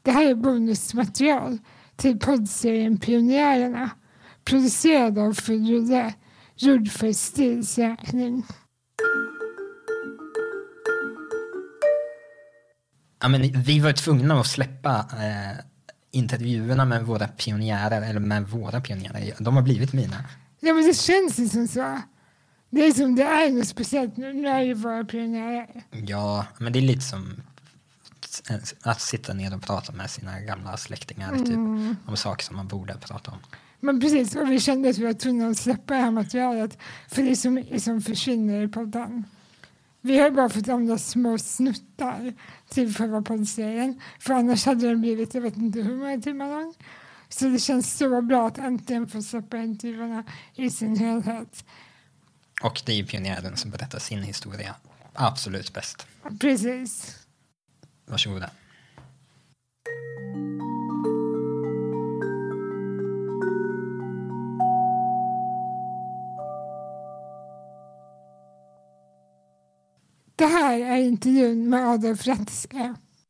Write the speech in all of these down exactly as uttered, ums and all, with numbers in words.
Det här är bonusmaterial till poddserien Pionjärerna, producerad av Fyrjulle, gjord för Stilsräkning. Ja, men vi var tvungna att släppa eh, intervjuerna med våra pionjärer, eller med våra pionjärer. De har blivit mina. Ja, men det känns ju som så. Det är som det är något speciellt nu när det våra pionjärer. Ja, men det är lite som att sitta ner och prata med sina gamla släktingar mm. typ, om saker som man borde prata om. Men precis, och vi kände att vi var tvungna att släppa det här materialet för det är så mycket som försvinner i podden. Vi har bara fått andra små snuttar till själva poddserien, för annars hade den blivit, jag vet inte hur många timmar lång. Så det känns så bra att äntligen få släppa intervjuerna i sin helhet. Och det är ju pionjären som berättar sin historia absolut bäst. Precis. Varsågoda. Det här är intervjun med Adolf Ratzke.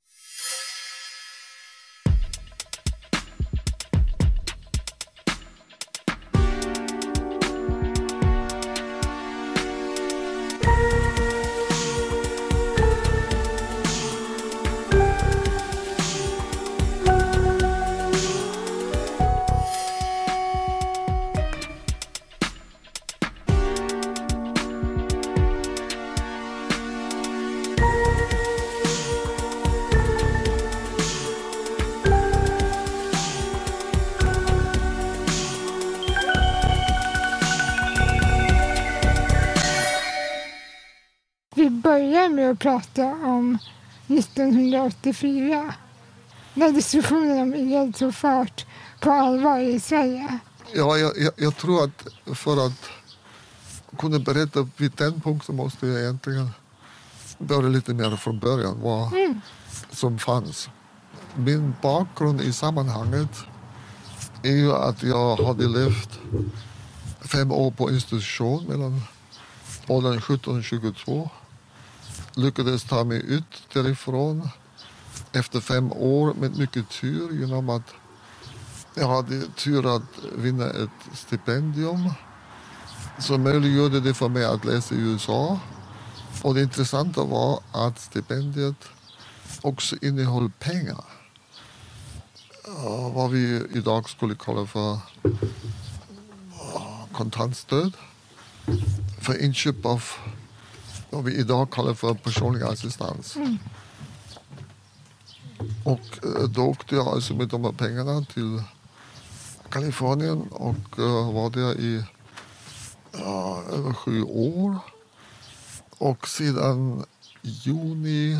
Vi börjar med att prata om nittonhundraåttiofyra, när diskussionen om el tog fart på allvar i Sverige. Ja, jag, jag, jag tror att för att kunna berätta vid den punkten måste jag egentligen börja lite mer från början vad mm. som fanns. Min bakgrund i sammanhanget är ju att jag hade levt fem år på institution mellan åldern sjutton och tjugotvå. Lyckades ta mig ut därifrån efter fem år med mycket tur genom att jag hade tur att vinna ett stipendium som möjliggjorde det för mig att läsa i U S A. Och det intressanta var att stipendiet också innehöll pengar. Vad vi idag skulle kalla för kontantstöd för inköp av vad vi idag kallar för personlig assistans. Mm. Och då åkte jag alltså med de här pengarna till Kalifornien och uh, var där i uh, över sju år. Och sedan juni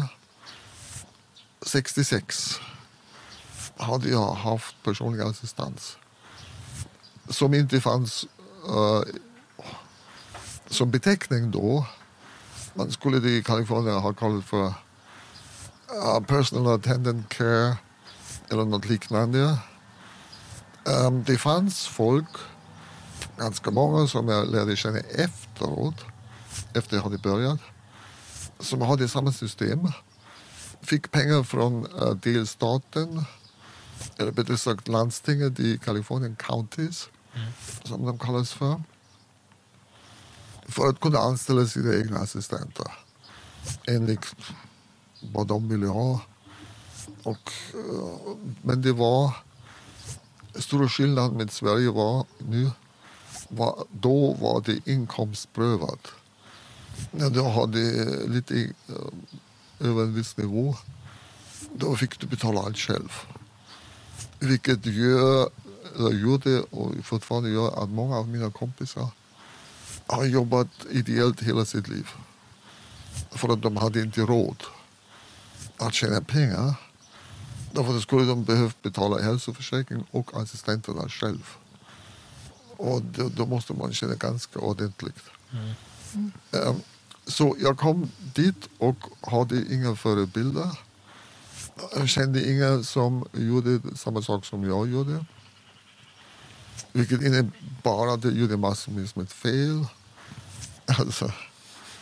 sextiosex hade jag haft personlig assistans som inte fanns uh, som beteckning då. Man skulle det i Kalifornien ha kallat för uh, personal attendant care eller något liknande. Um, det fanns folk, ganska många som jag lärde känna efteråt, efter jag hade börjat, som hade samma system. Fick pengar från uh, delstaten, eller bättre sagt landstinget i Kalifornien, counties, mm. som de kallas för. För att kunna anställa sina egna assistenter enligt vad de ville ha. Och, men det var stora skillnad med Sverige var nu. Var, då var det inkomstprövat. När du hade lite uh, över en viss nivå, då fick du betala allt själv. Vilket gör, eller gjorde och fortfarande gör att många av mina kompisar har jobbat ideellt hela sitt liv. För att de hade inte råd att tjäna pengar. Därför skulle de behövt betala hälsoförsäkring och assistenterna själv. Och då, då måste man känna ganska ordentligt. Mm. Mm. Um, så jag kom dit och hade inga förebilder. Jag kände inga som gjorde samma sak som jag gjorde. Vilket innebar att jag gjorde massor med fel. Alltså,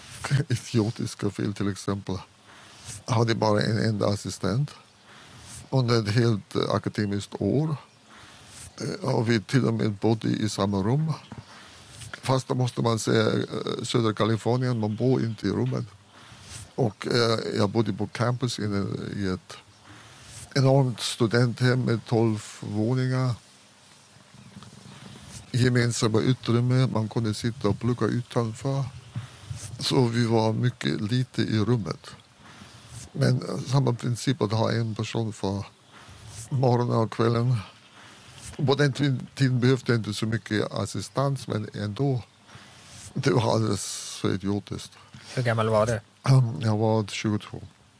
idiotiska fel till exempel. Jag hade bara en enda assistent. under ett helt uh, akademiskt år. Uh, och vi till och med bodde i samma rum. Fast då måste man säga uh, södra Kalifornien, man bor inte i rummet. Och uh, jag bodde på campus i, i ett enormt studenthem med tolv våningar. Gemensamma utrymme, man kunde sitta och plugga utanför. Så vi var mycket lite i rummet. Men samma princip att ha en person för morgonen och kvällen. På den tiden behövde jag inte så mycket assistans, men ändå. Det var alldeles så idiotiskt. Hur gammal var du? Jag var tjugotvå.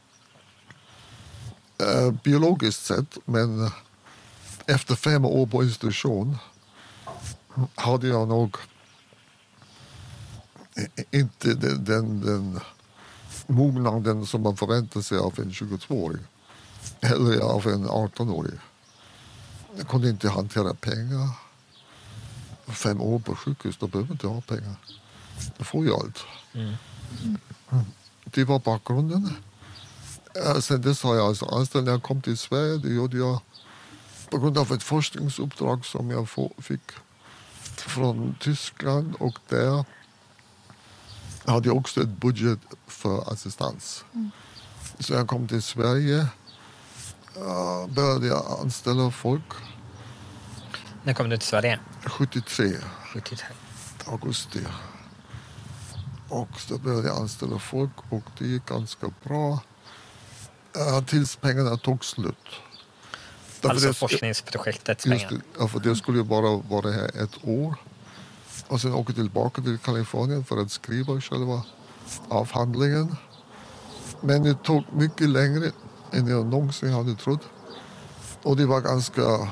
Uh, biologiskt sett, men efter fem år på institution hade jag nog inte den, den, den mognaden som man förväntar sig av en tjugotvååring eller av en artonåring. Jag kunde inte hantera pengar. Fem år på sjukhus, då behöver inte ha pengar. Då får jag allt. Mm. Det var bakgrunden. Sen dess har jag alltså anställd. När jag kom till Sverige, det gjorde jag på grund av ett forskningsuppdrag som jag fick från Tyskland, och där hade jag också ett budget för assistans. Mm. Så jag kom till Sverige, började jag anställa folk. När kom du till Sverige? sjuttiotre. sjuttiotre. Augusti. Och så började jag anställa folk och det gick ganska bra. Tills pengarna tog slut. Alltså det, forskningsprojektets pengar? Det, ja, för det skulle ju bara vara här ett år. Och sen åka tillbaka till Kalifornien för att skriva själva avhandlingen. Men det tog mycket längre än jag någonsin hade trott. Och det var ganska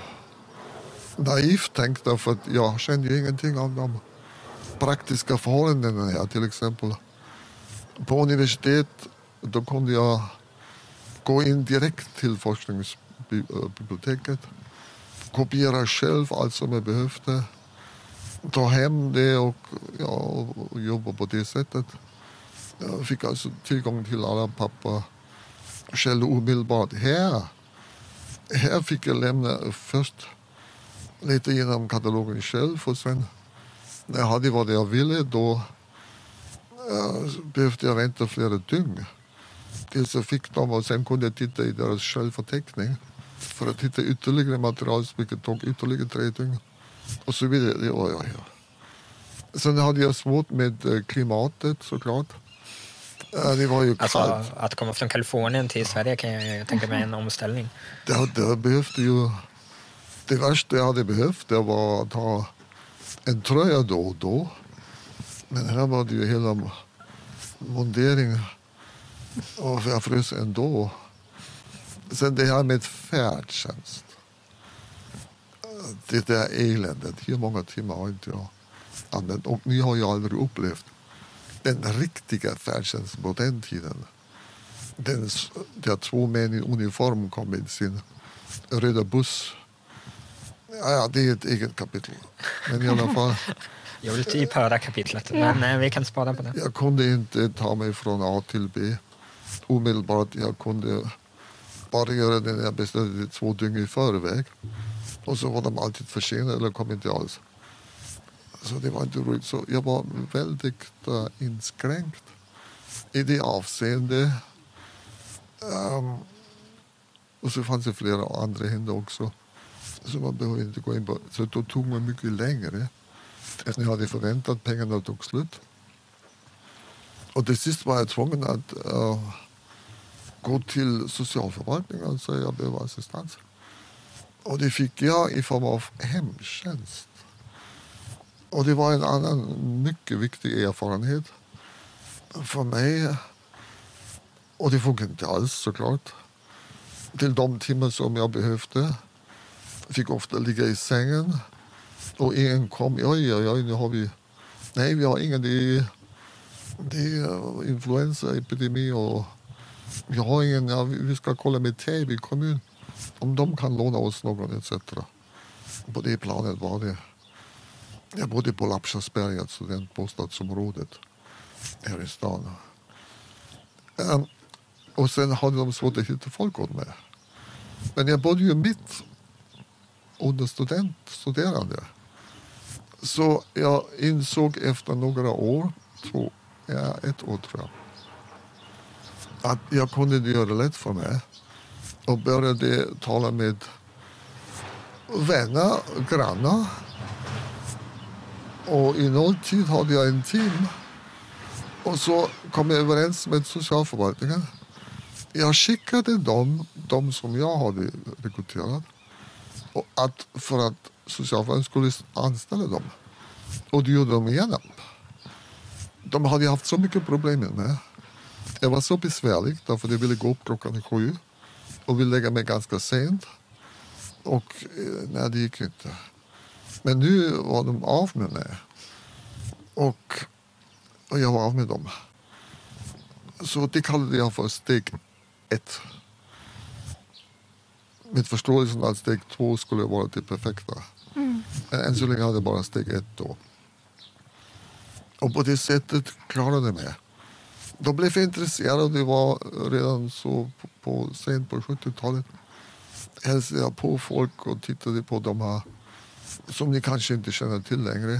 naivt tänkt, därför att jag kände ju ingenting om de praktiska förhållandena här. Till exempel på universitet, då kunde jag gå in direkt till forskningsbiblioteket, kopiera själv allt som jag behövde, ta hem det och, ja, och jobba på det sättet. Jag fick alltså tillgång till alla papper själv omedelbart. Här, här fick jag lämna först lite genom katalogen själv, och sen när jag hade vad jag ville, då äh, behövde jag vänta flera dygn tills jag fick dem, och sen kunde jag titta i deras självförteckning för att hitta ytterligare material, vilket tog ytterligare tre dygn och så vidare. Ja, ja, ja. Sen hade jag svårt med klimatet, såklart. Det var ju alltså, kallt. Att komma från Kalifornien till Sverige kan jag tänka mig en omställning. Det, det behövde ju... Det värsta jag hade behövt, det var att ha en tröja då och då. Men här var det ju hela mondering. Och jag frös ändå. Sen det här med färdtjänst. Det där eländet. Hur många timmar har inte jag använt? Och nu har jag aldrig upplevt den riktiga färdtjänsten på den tiden. Den, där två män i uniform kom med sin röda buss. Ja, det är ett eget kapitel. Men i alla fall... Jag vill typ höra kapitlet, men nej, vi kan spara på det. Jag kunde inte ta mig från A till B omedelbart. Jag kunde bara göra det när jag beställde två dygn i förväg. Och så var de alltid försenade eller kom inte alls. Så det var inte roligt. Så jag var väldigt uh, inskränkt i det avseende. Um, och så fanns det flera andra hinder också. Så man behöver inte gå in på. Så då tog man mycket längre. Eftersom jag hade förväntat, pengarna tog slut. Och till sist var jag tvungen att uh, gå till socialförvaltningen och säga att jag behöver assistans. Och det fick jag i form av hemtjänst. Och det var en annan mycket viktig erfarenhet för mig. Och det funkade inte alls, såklart. Till de timmar som jag behövde. Jag fick ofta ligga i sängen. Och ingen kom. Oj, oj, oj, nu har vi... Nej, vi har ingen. Det är, det är influensaepidemi och vi har ingen... Ja, vi ska kolla med Täby kommun om de kan låna oss någon et cetera. På det planet var det. Jag bodde på Lappkärrsberget, studentbostadsområdet här i stan. Um, och sen hade de svårt att hitta folk åt mig. Men jag bodde ju mitt under student, studerande. Så jag insåg efter några år, två, ja, ett år tror jag, att jag kunde göra det lätt för mig. Och började tala med vänner, grannar. Och i nolltid hade jag en team. Och så kom jag överens med socialförvaltningen. Jag skickade dem, de som jag hade rekryterat, och att, för att socialförvaltningen skulle anställa dem. Och det gjorde de igenom. De hade haft så mycket problem med mig. Jag var så besvärlig därför att jag ville gå upp klockan sju och ville lägga mig ganska sent. Och nej, det gick inte. Men nu var de av med mig. Och, och jag var av med dem. Så det kallade jag för steg ett. Med förståelsen att steg två skulle vara det perfekta. Mm. Men än så länge hade jag bara steg ett då. Och på det sättet klarade jag mig. De blev intresserade, det var redan så på, på sent på sjuttiotalet. Hälsade jag på folk och tittade på de här, som ni kanske inte känner till längre,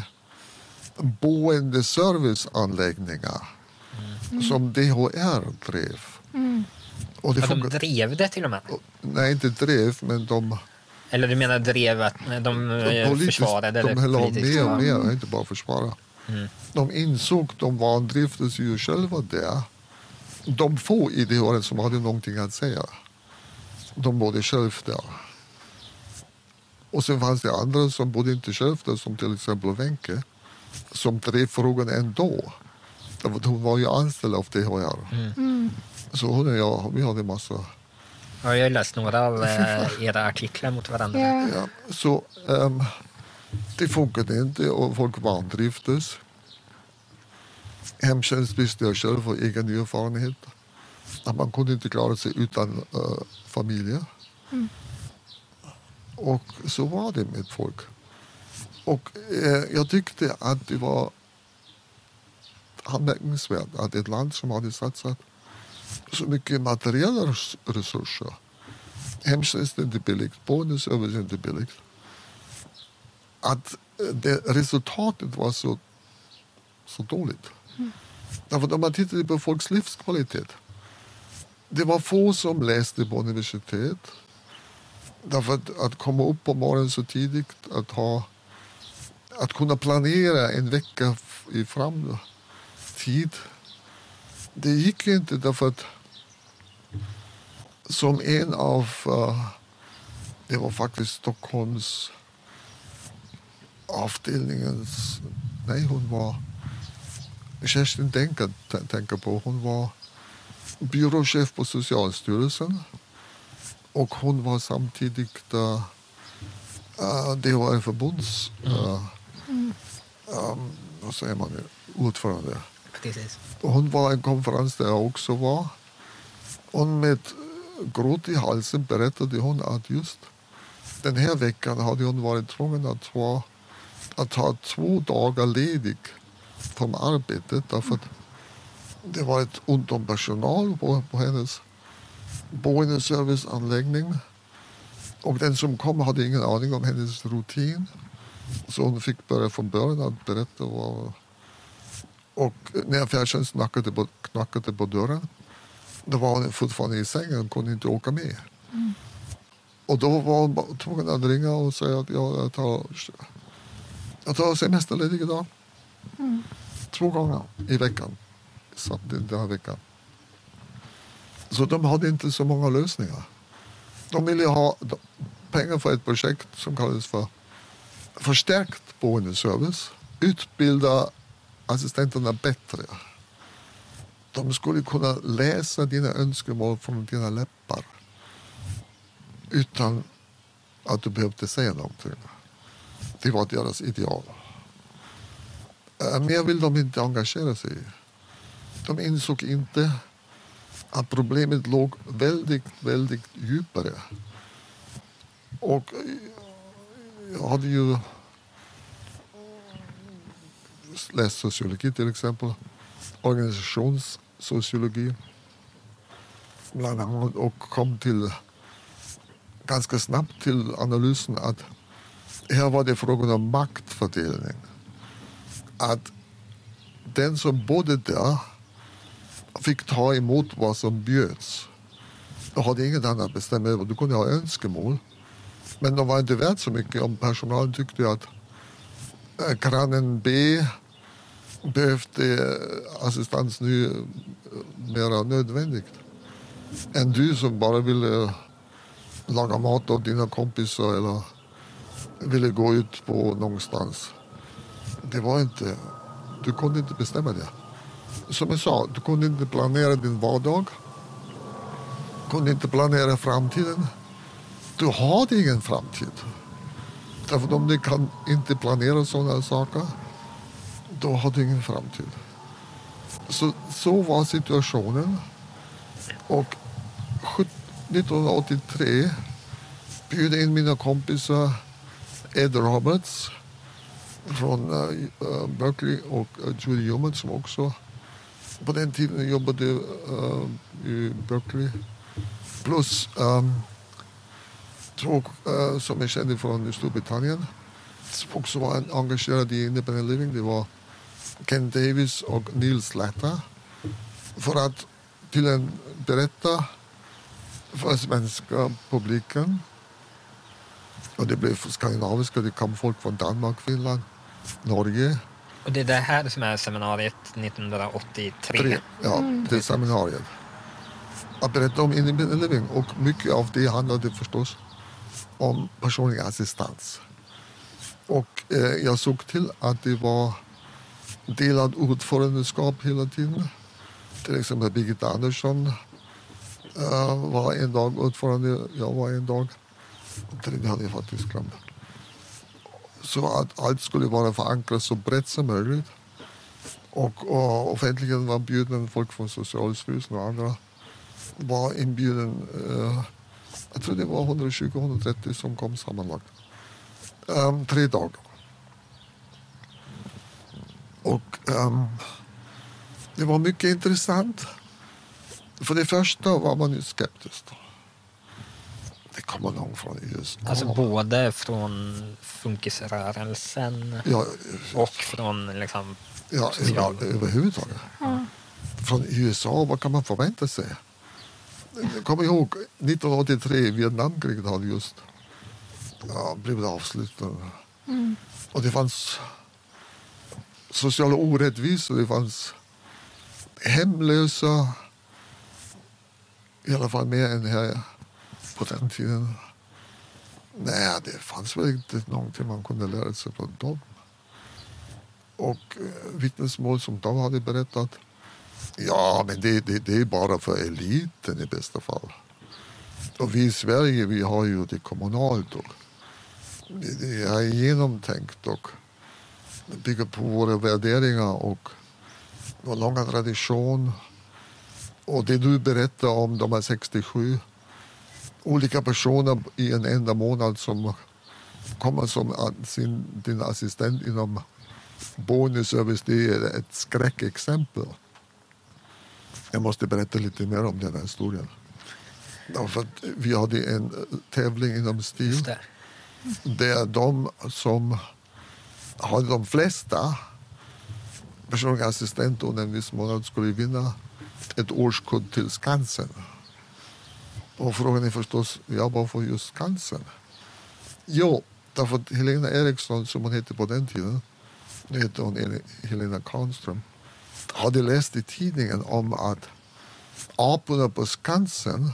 boendeserviceanläggningar mm. som D H R drev. Mm. Och det ja, funkar... de drev det till och med? Nej, inte drev, men de... Eller du menar drev att de, de försvarade? De höll av mer och mer, inte bara försvara. Mm. De insåg att de vandriftes ju själva där. De få i det året som hade någonting att säga. De bodde själv där. Och sen fanns det andra som bodde inte själv där, som till exempel Wenke, som drev frågan ändå. Hon var ju anställd av D H R. Mm. Mm. Så hon och jag, vi hade massa... Ja, jag har läst några av era artiklar mot varandra. Ja. Ja, så um, det funkade inte och folk vandriftes. Hemtjänst visste jag själv och egen erfarenhet. Att man kunde inte klara sig utan uh, familjer. Mm. Och så var det med folk. Och eh, jag tyckte att det var anmärkningsvärt att ett land som hade satsat så mycket materiella resurser. Hemtjänst är inte billigt, boendeservice är inte billigt. Att det, resultatet var så, så dåligt. Mm. Därför att man tittade på folks livskvalitet. Det var få som läste på universitet. Därför att, att komma upp på morgonen så tidigt, att, ha, att kunna planera en vecka i framtid. Det gick inte därför att som en av, uh, det var faktiskt Stockholms avdelningens, nej hon var, Kerstin Denker tänker på, hon var byråchef på Socialstyrelsen och hon var samtidigt uh, uh, D H R-förbunds uh, mm. um, vad säger man nu, ordförande. Precis. Och hon var en konferens där jag också var. Och med gråt i halsen berättade hon att just den här veckan hade hon varit tvungen att ha, att ha två dagar ledig från arbetet därför att det var ett ont om personal på, på hennes boendeserviceanläggning. Och den som kom hade ingen aning om hennes rutin. Så hon fick börja från början att berätta vad. Och när färdtjänsten knackade på, knackade på dörren, då var hon fortfarande i sängen och kunde inte åka med. Mm. Och då var hon tvungen att ringa och säga att jag tar, jag tar semesterledig idag. Mm. Två gånger i veckan. Så den här veckan. Så de hade inte så många lösningar. De ville ha pengar för ett projekt som kallades för förstärkt boendeservice. Utbilda assistenterna bättre. De skulle kunna läsa dina önskemål från dina läppar utan att du behövde säga någonting. Det var deras ideal. Mer vill de inte engagera sig i. De insåg inte att problemet låg väldigt, väldigt djupare. Och jag hade ju läst sociologi till exempel, organisationssociologi bland annat, och kom till ganska snabbt till analysen att här var det frågan om maktfördelning. Att den som bodde där fick ta emot vad som bjöds. De hade inget annat att bestämma över. Du kunde ha önskemål. Men de var inte värt så mycket om personalen tyckte att grannen B behövde assistans nu mer nödvändigt. Än du som bara ville laga mat åt dina kompisar eller ville gå ut på någonstans. Det var inte, du kunde inte bestämma det. Som jag sa, du kunde inte planera din vardag. Du kunde inte planera framtiden. Du hade ingen framtid. Därför om du kan inte planera sådana saker, då har du ingen framtid. Så, så var situationen. Och nittonhundraåttiotre bjöd in mina kompisar Ed Roberts från uh, Berkeley och uh, Judy Newman som också på den tiden jobbade uh, i Berkeley. Plus um, två uh, som jag kände från Storbritannien som också var engagerade i Independent Living. Det var Ken Davis och Neil Slatter. För att till en berätta för svenska publiken. Och det blev skandinaviska. Det kom folk från Danmark, Finland, Norge. Och det är det här som är seminariet nittonhundraåttiotre? Tre, ja, mm. det är seminariet. Att berätta om independent living. Och mycket av det handlade förstås om personlig assistans. Och eh, jag såg till att det var delad ordförandeskap hela tiden. Till exempel Birgitta Andersson uh, var en dag ordförande, jag var en dag. Det hade jag faktiskt glömt. Så att allt skulle vara förankrat så brett som möjligt. Och, och offentligen var bjuden folk från Socialstyrelsen och andra var inbjuden. Uh, jag tror det var hundratjugo till hundratrettio som kom sammanlagt. Um, tre dagar. Och um, det var mycket intressant. För det första var man ju skeptisk. Det kommer någon från U S A. Alltså både från funkisrörelsen ja, och från liksom... Ja, ja överhuvudtaget. Mm. Från U S A, vad kan man förvänta sig? Jag kommer ihåg nittonhundraåttiotre, Vietnamkriget hade just ja, blivit avslutat. Mm. Och det fanns sociala orättvisor, det fanns hemlösa, i alla fall mer än här på den tiden. Nej, det fanns väl inte någonting man kunde lära sig från dem. Och eh, vittnesmål som de hade berättat, ja, men det, det, det är bara för eliten i bästa fall. Och vi i Sverige, vi har ju det kommunalt och det, det är genomtänkt och bygger på våra värderingar och vår långa tradition. Och det du berättar om de här sextiosju olika personer i en enda månad som kommer som sin, din assistent inom boendeservice, det är ett skräckexempel. Jag måste berätta lite mer om den här historien. Därför att vi hade en tävling inom STIL där de som hade de flesta personliga assistenter under en viss månad skulle vinna ett årskort till Skansen. Och frågan är förstås, ja, varför just Skansen? Jo, därför att Helena Eriksson, som hon hette på den tiden, nu heter hon Helena Karnström, hade läst i tidningen om att aporna på Skansen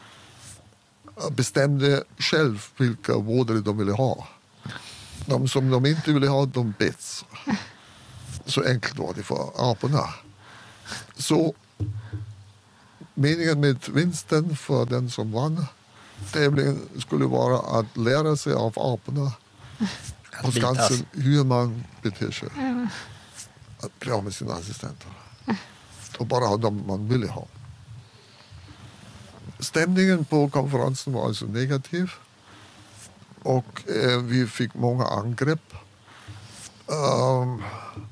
bestämde själv vilka vårdare de ville ha. De som de inte ville ha, de bets. Så enkelt var det för aporna. Så meningen med vinsten för den som vann tävlingen skulle vara att lära sig av aporna på Skansen hur man beter sig. Att bli av med sina assistenter. Och bara ha dem man ville ha. Stämningen på konferensen var alltså negativ. Och eh, vi fick många angrepp. Um,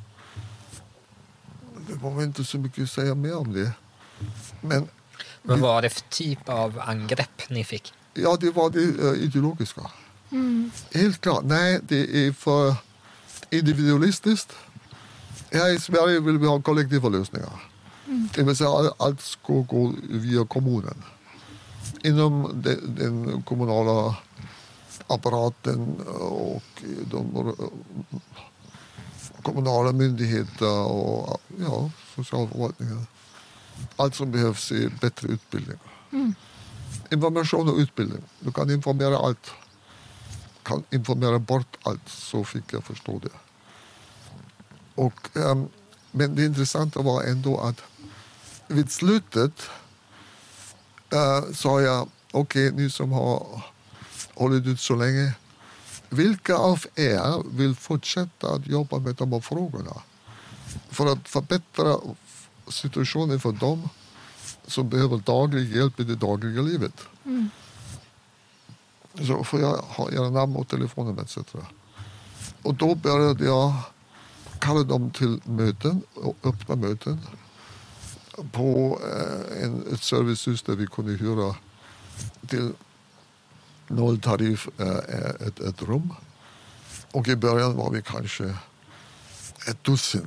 det var inte så mycket att säga mer om det. Men vad var det för typ av angrepp ni fick? Ja, det var det uh, ideologiska. Mm. Helt klart. Nej, det är för individualistiskt. Här i Sverige vill vi ha kollektiva lösningar. Mm. Det vill säga att allt ska gå via kommunen. Inom den, den kommunala apparaten och de kommunala myndigheter och ja, socialförvaltningen. Allt som behövs är bättre utbildning. Mm. Information och utbildning. Du kan informera allt. Kan informera bort allt, så fick jag förstå det. Och, um, men det intressanta var ändå att vid slutet uh, sa jag, okej, okay, ni som har hållit ut så länge, vilka av er vill fortsätta att jobba med de här frågorna för att förbättra situationen för dem som behöver daglig hjälp i det dagliga livet? Mm. Så får jag ha era namn och telefonnummer et cetera. Och då började jag kalla dem till möten och öppna möten på eh, en, ett servicehus där vi kunde hyra till nolltariff eh, ett, ett rum. Och i början var vi kanske ett dussin.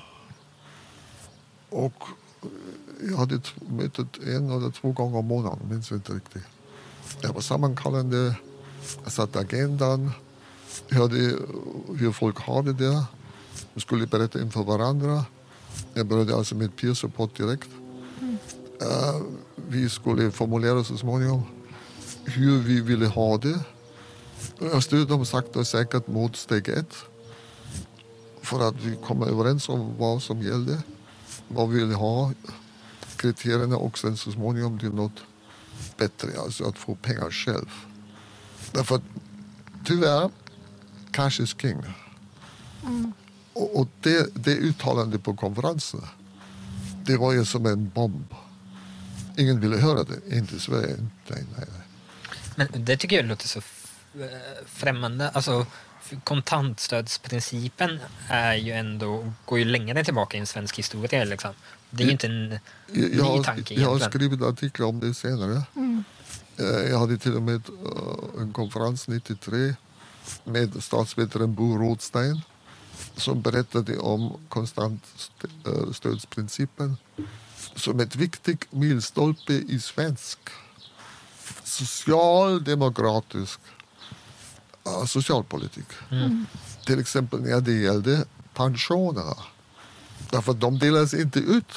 Och jag hade mötet en eller två gånger om månaden, minns inte riktigt. Jag var sammankallande, jag satte agendan, hörde hur folk hade det. Vi skulle berätta inför varandra. Jag började alltså med peer support direkt. Mm. Uh, vi skulle formulera så småningom hur vi ville ha det. Jag styrde dem sakta och säkert mot steg ett. För att vi kom överens om vad som gällde. Vad vi ville ha. Kriterierna och sen så småningom till något bättre. Alltså att få pengar själv. Därför att tyvärr, cash is king. Mm. Och, och det, det uttalande på konferensen, det var ju som en bomb. Ingen ville höra det. Inte i Sverige. Nej, nej, nej. Men det tycker jag låter så främmande. Alltså, kontantstödsprincipen är ju ändå, går ju längre tillbaka i en svensk historia. Liksom. Det är ju inte en jag, ny jag, tanke. Jag har skrivit artiklar om det senare. Mm. Jag hade till och med en konferens nittiotre med statsvetaren Bo Rothstein som berättade om kontantstödsprincipen som ett viktigt milstolpe i svensk socialdemokratisk uh, socialpolitik. Mm. Till exempel när det gällde pensionerna. Därför att de delas inte ut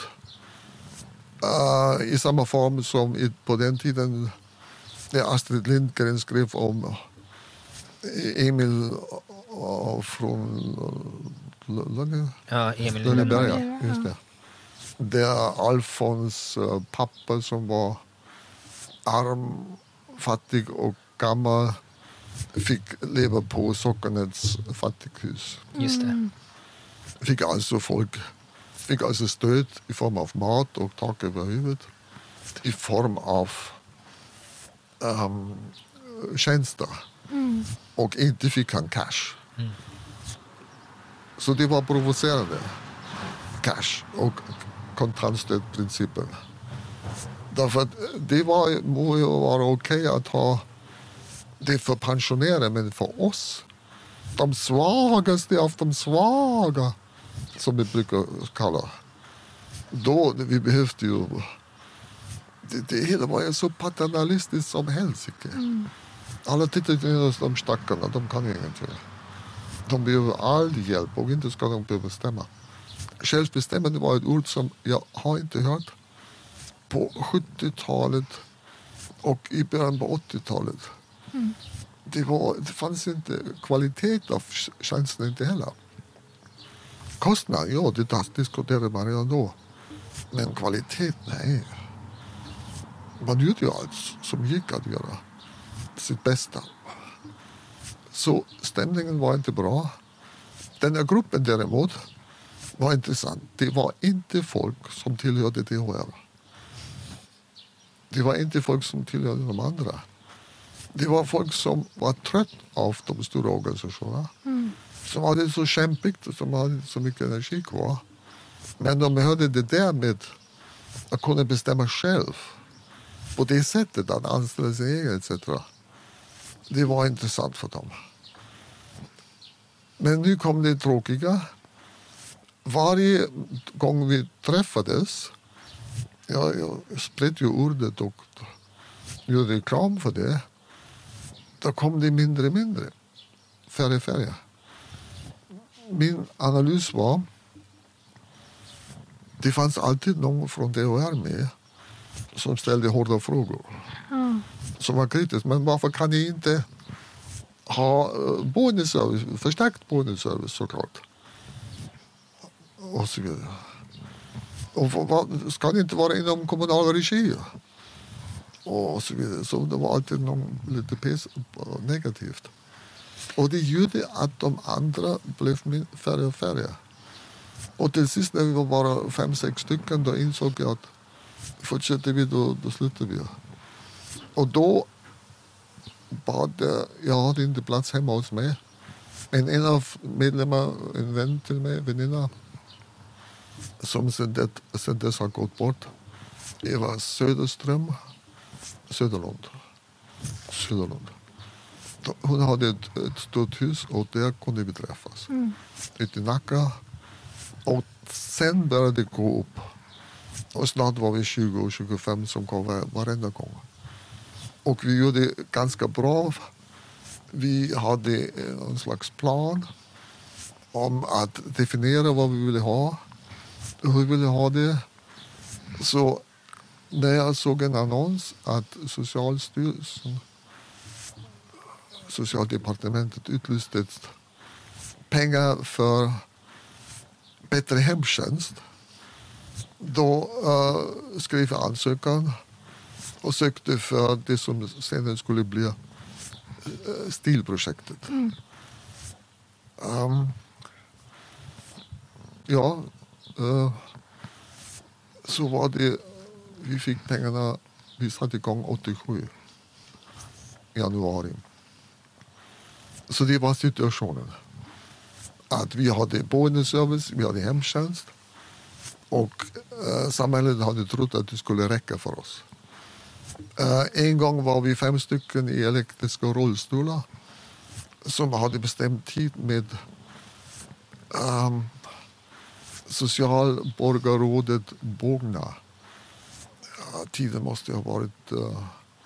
uh, i samma form som i, på den tiden när Astrid Lindgren skrev om Emil uh, från Lönne, ja, Emil Lönneberga. Just det. Där Alfons uh, pappa som var arm, fattig och gammal fick leva på Sockernets fattighus. Just det. Fick alltså folk fick alltså stöd i form av mat och tak över huvudet. I form av um, tjänster. Mm. Och inte fick han cash. Mm. Så det var provocerande. Cash och kontantstödprincipen. Därför att det var, må ju vara okej att ha det för pensionärer, men för oss, de svagaste av de svaga, som vi brukar kalla, då vi behövde ju, det, det hela var ju så paternalistiskt som helst. Mm. Alla tittar på de stackarna, de kan ju ingenting. De behöver all hjälp och inte ska de behöva bestämma. Självbestämmande var ett ord som jag har inte hört på sjuttiotalet och i början på åttiotalet. Mm. Det, var, det fanns inte kvalitet av tjänsten inte heller. Kostnad, ja, det diskuterade man redan då. Men kvalitet, nej. Man gjorde ju allt som gick att göra. Sitt bästa. Så stämningen var inte bra. Den här gruppen däremot var intressant. Det var inte folk som tillhörde T H R. Det var inte folk som tillhörde de andra. Det var folk som var trött av de stora organisationerna. Mm. Som hade det så kämpigt och som hade så mycket energi kvar. Men de hörde det där med att kunna bestämma själv på det sättet att anställa sig egen et cetera. Det var intressant för dem. Men nu kom det tråkiga. Varje gång vi träffades, jag, jag spred ju ordet och gjorde reklam för det, då kom det mindre och mindre. Färre, färre. Min analys var, det fanns alltid någon från D H R med som ställde hårda frågor. Mm. Som var kritisk. Men varför kan ni inte ha boendeservice, förstärkt boendeservice såklart? Och så vidare. Och vad, ska det inte vara inom kommunal regi? Och så vidare. Så det var alltid någon lite pes, negativt. Och det gjorde att de andra blev färre och färre. Och till sist när vi var bara fem, sex stycken, då insåg jag att fortsätter vi, då, då slutar vi. Och då bad jag, hade inte plats hemma hos mig. Men en av medlemmar, en vän till mig, väninna, som sen, det, sen dess har gått bort, Eva Söderström, Söderlund. Söderlund. Hon hade ett, ett stort hus och där kunde vi träffas. Mm. Ute i Nacka. Och sen började det gå upp. Och snart var vi tjugo och tjugofem som kom varenda gång. Och vi gjorde ganska bra. Vi hade en slags plan om att definiera vad vi ville ha. Hur vi ville ha det. Så när jag såg en annons att Socialstyrelsen, Socialdepartementet utlyste pengar för bättre hemtjänst, då uh, skrev jag ansökan och sökte för det som senare skulle bli uh, stilprojektet. Mm. Um, ja, uh, så var det, vi fick pengarna, vi satte igång åttiosju i januari. Så det var situationen. Att vi hade boendeservice, vi hade hemtjänst och eh, samhället hade trott att det skulle räcka för oss. Eh, en gång var vi fem stycken i elektriska rullstolar som hade bestämt tid med eh, socialborgarrådet Bågna. Ja, tiden måste ha varit eh,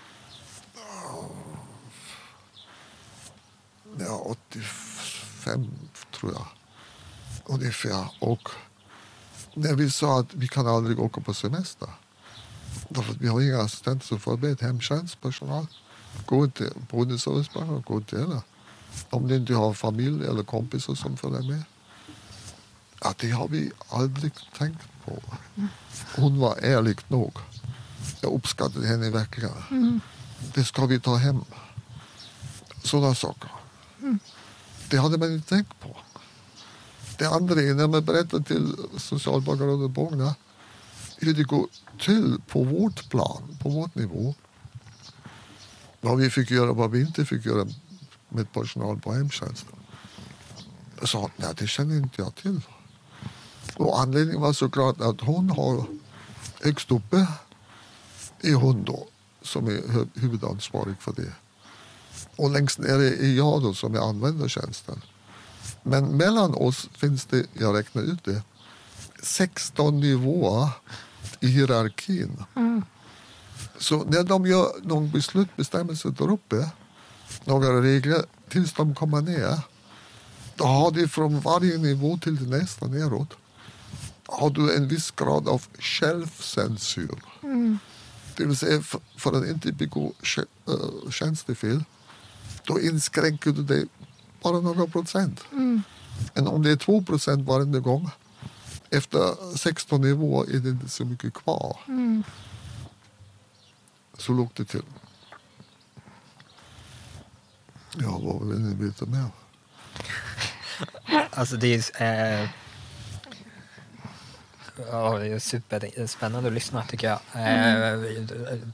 ja, åttiofem tror jag, ungefär. Och när vi sa att vi kan aldrig åka på semester, därför att vi har inga assistenter som förbereder hemtjänstpersonal, går inte boendeservicepersonal, går inte heller. Om de inte har familj eller kompisar som följer med. Ja, det har vi aldrig tänkt på. Hon var ärlig nog. Jag uppskattade henne verkligen. Mm. Det ska vi ta hem. Sådana saker. Mm. Det hade man inte tänkt på. Det andra är när man berättar till socialborgarrådet Bågna hur det går till på vårt plan, på vårt nivå. Vad vi fick göra, vad vi inte fick göra med personal på hemtjänsten. Jag sa, nej, det känner inte jag till. Och anledningen var såklart att hon har högst uppe är hon då som är huvudansvarig för det. Och längst ner är jag då som är användartjänsten. Men mellan oss finns det, jag räknar ut det, sexton nivåer i hierarkin. Mm. Så när de gör någon beslutbestämmelse där uppe, några regler, tills de kommer ner, då har de från varje nivå till nästa neråt, har du en viss grad av självcensur. Mm. Det vill säga, för, för att inte begå äh, tjänstefel, då inskränker du dig bara några procent. Mm. Men om det är två procent varje gång, efter sexton nivåer är det inte så mycket kvar. Mm. Så låg det till. Ja, vad vill ni veta mer? Alltså det är... Eh... Ja, det är superspännande att lyssna tycker jag. Mm.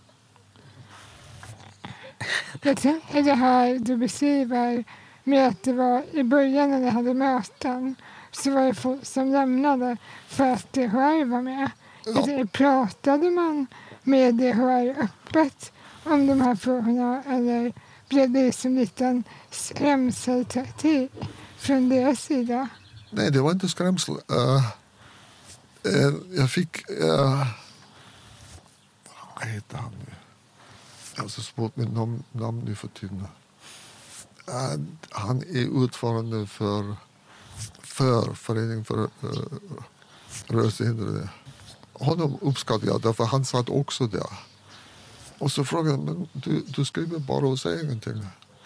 Jag tänker det här du beskriver med att det var i början när jag hade möten så var det folk som lämnade för att D H R var med. Ja. Pratade man media hör öppet om de här frågorna, eller blev det som liten skrämseltaktik från deras sida? Nej, det var inte skrämsel. Uh, uh, jag fick... Uh, vad heter han nu? Jag har så svårt med nam- namn nu för tiden. Uh, han är ordförande för, för föreningen för uh, rörelsehindrade. Honom uppskattar jag, därför han satt också där. Och så frågade han, men du, du skriver bara och säger ingenting.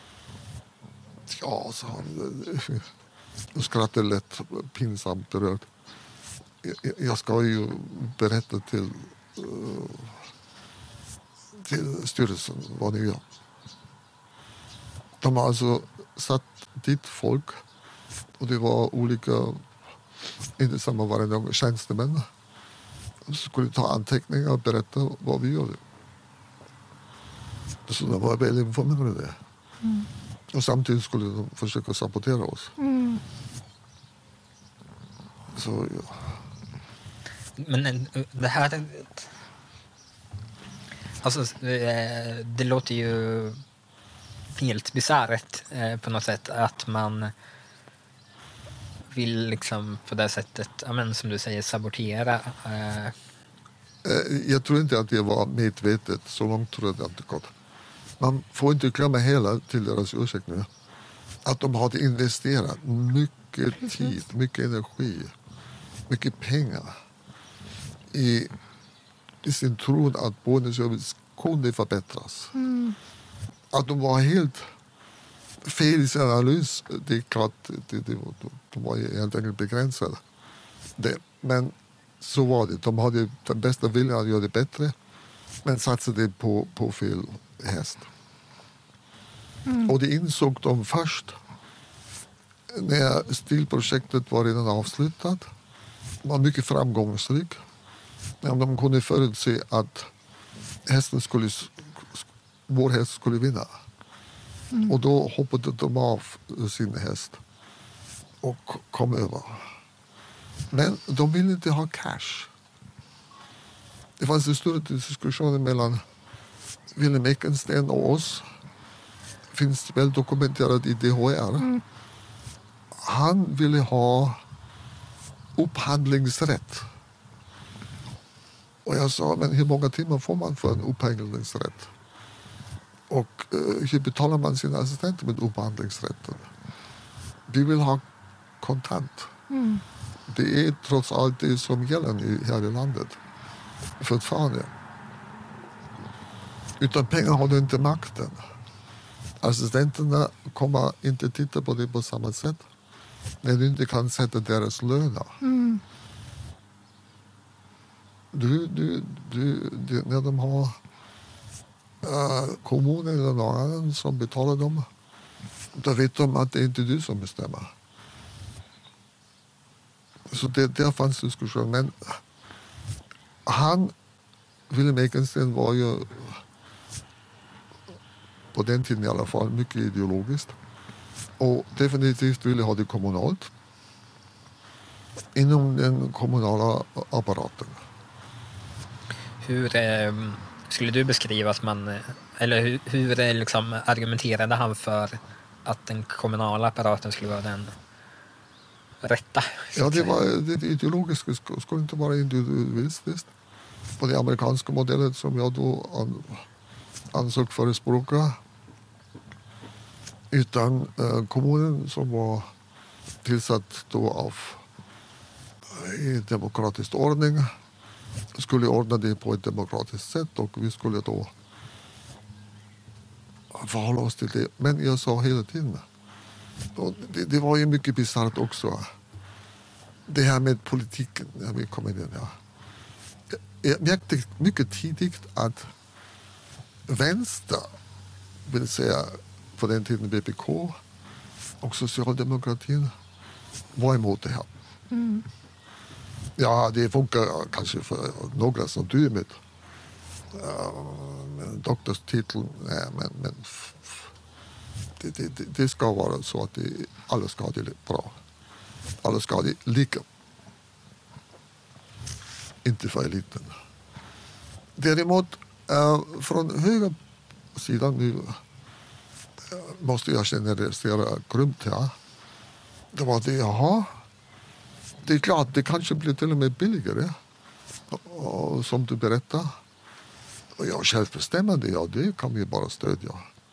Ja, sa han. Och skrattade lätt, pinsamt berörd. Jag, jag ska ju berätta till, uh, till styrelsen vad ni gör. De har alltså satt dit folk, och det var olika, inte samma varje dag, tjänstemän. De skulle ta anteckningar och berätta vad vi gör. Så de var väl informerade det. Mm. Och samtidigt skulle de försöka sabotera oss. Mm. Så, ja. Men det här... Alltså, det låter ju helt bisarrt på något sätt att man vill liksom på det sättet, ja, men som du säger, sabotera. Jag tror inte att det var medvetet, så långt tror jag det inte gått. Man får inte glömma hela, till deras ursäkt nu, att de hade investerat mycket tid, mycket energi, mycket pengar i, i sin tro att boendeservice kunde förbättras. Mm. Att de var helt fel i sin analys, det är klart, det, det, de var helt enkelt begränsade. Det. Men så var det. De hade den bästa viljan att göra det bättre, men satsade på, på fel häst. Mm. Och det insåg de först när stilprojektet var redan avslutat. Det var mycket framgångsrikt. De kunde förutse att hästen skulle, vår häst skulle vinna. Mm. Och då hoppade de av sin häst och kom över. Men de ville inte ha cash. Det fanns en stor diskussion mellan Wilhelm Eckensten och oss. Finns väl dokumenterat i D H R. Mm. Han ville ha upphandlingsrätt. Och jag sa, men hur många timmar får man för en upphandlingsrätt? Och uh, hur betalar man sina assistenter med upphandlingsrätten? Vi vill ha kontant. Mm. Det är trots allt det som gäller nu här i landet. Fortfarande. Utan pengar har du inte makten. Assistenterna kommer inte titta på det på samma sätt när du inte kan sätta deras löner. Mm. Du, du, du, du, när de har uh, kommunen eller någon annan som betalar dem, då vet de att det inte är du som bestämmer. Så det, där fanns diskussion. Men han, Wilhelm Eckensten, var ju på den tiden i alla fall mycket ideologiskt. Och definitivt ville ha det kommunalt. Inom den kommunala apparaten. Hur eh, skulle du beskriva att man, eller hur, hur eh, liksom argumenterade han för att den kommunala apparaten skulle vara den rätta? Ja, det var det ideologiska, skulle inte vara individualistiskt. På det amerikanska modellet som jag då an, ansåg förespråka. Utan eh, kommunen som var tillsatt då av i demokratisk ordning skulle ordna det på ett demokratiskt sätt, och vi skulle då förhålla oss till det. Men jag sa hela tiden, och det, det var ju mycket bisarrt också, det här med politiken när vi kom in. Ja. Jag märkte mycket tidigt att vänster, vill säga på den tiden V P K och socialdemokratin, var emot det här. Mm. Ja, det funkar kanske för några som du är med. Uh, doktorstiteln, nej, men, men f- f- det, det, det ska vara så att det, alla ska ha det bra. Alla ska ha det lika. Inte för eliten. Däremot äh, från höger sidan nu äh, måste jag generalisera grymt här. Det var det, jaha. Det är klart, det kanske blir till och med billigare. Och, som du berättar. Och jag självbestämmande, ja, det kan vi bara stödja.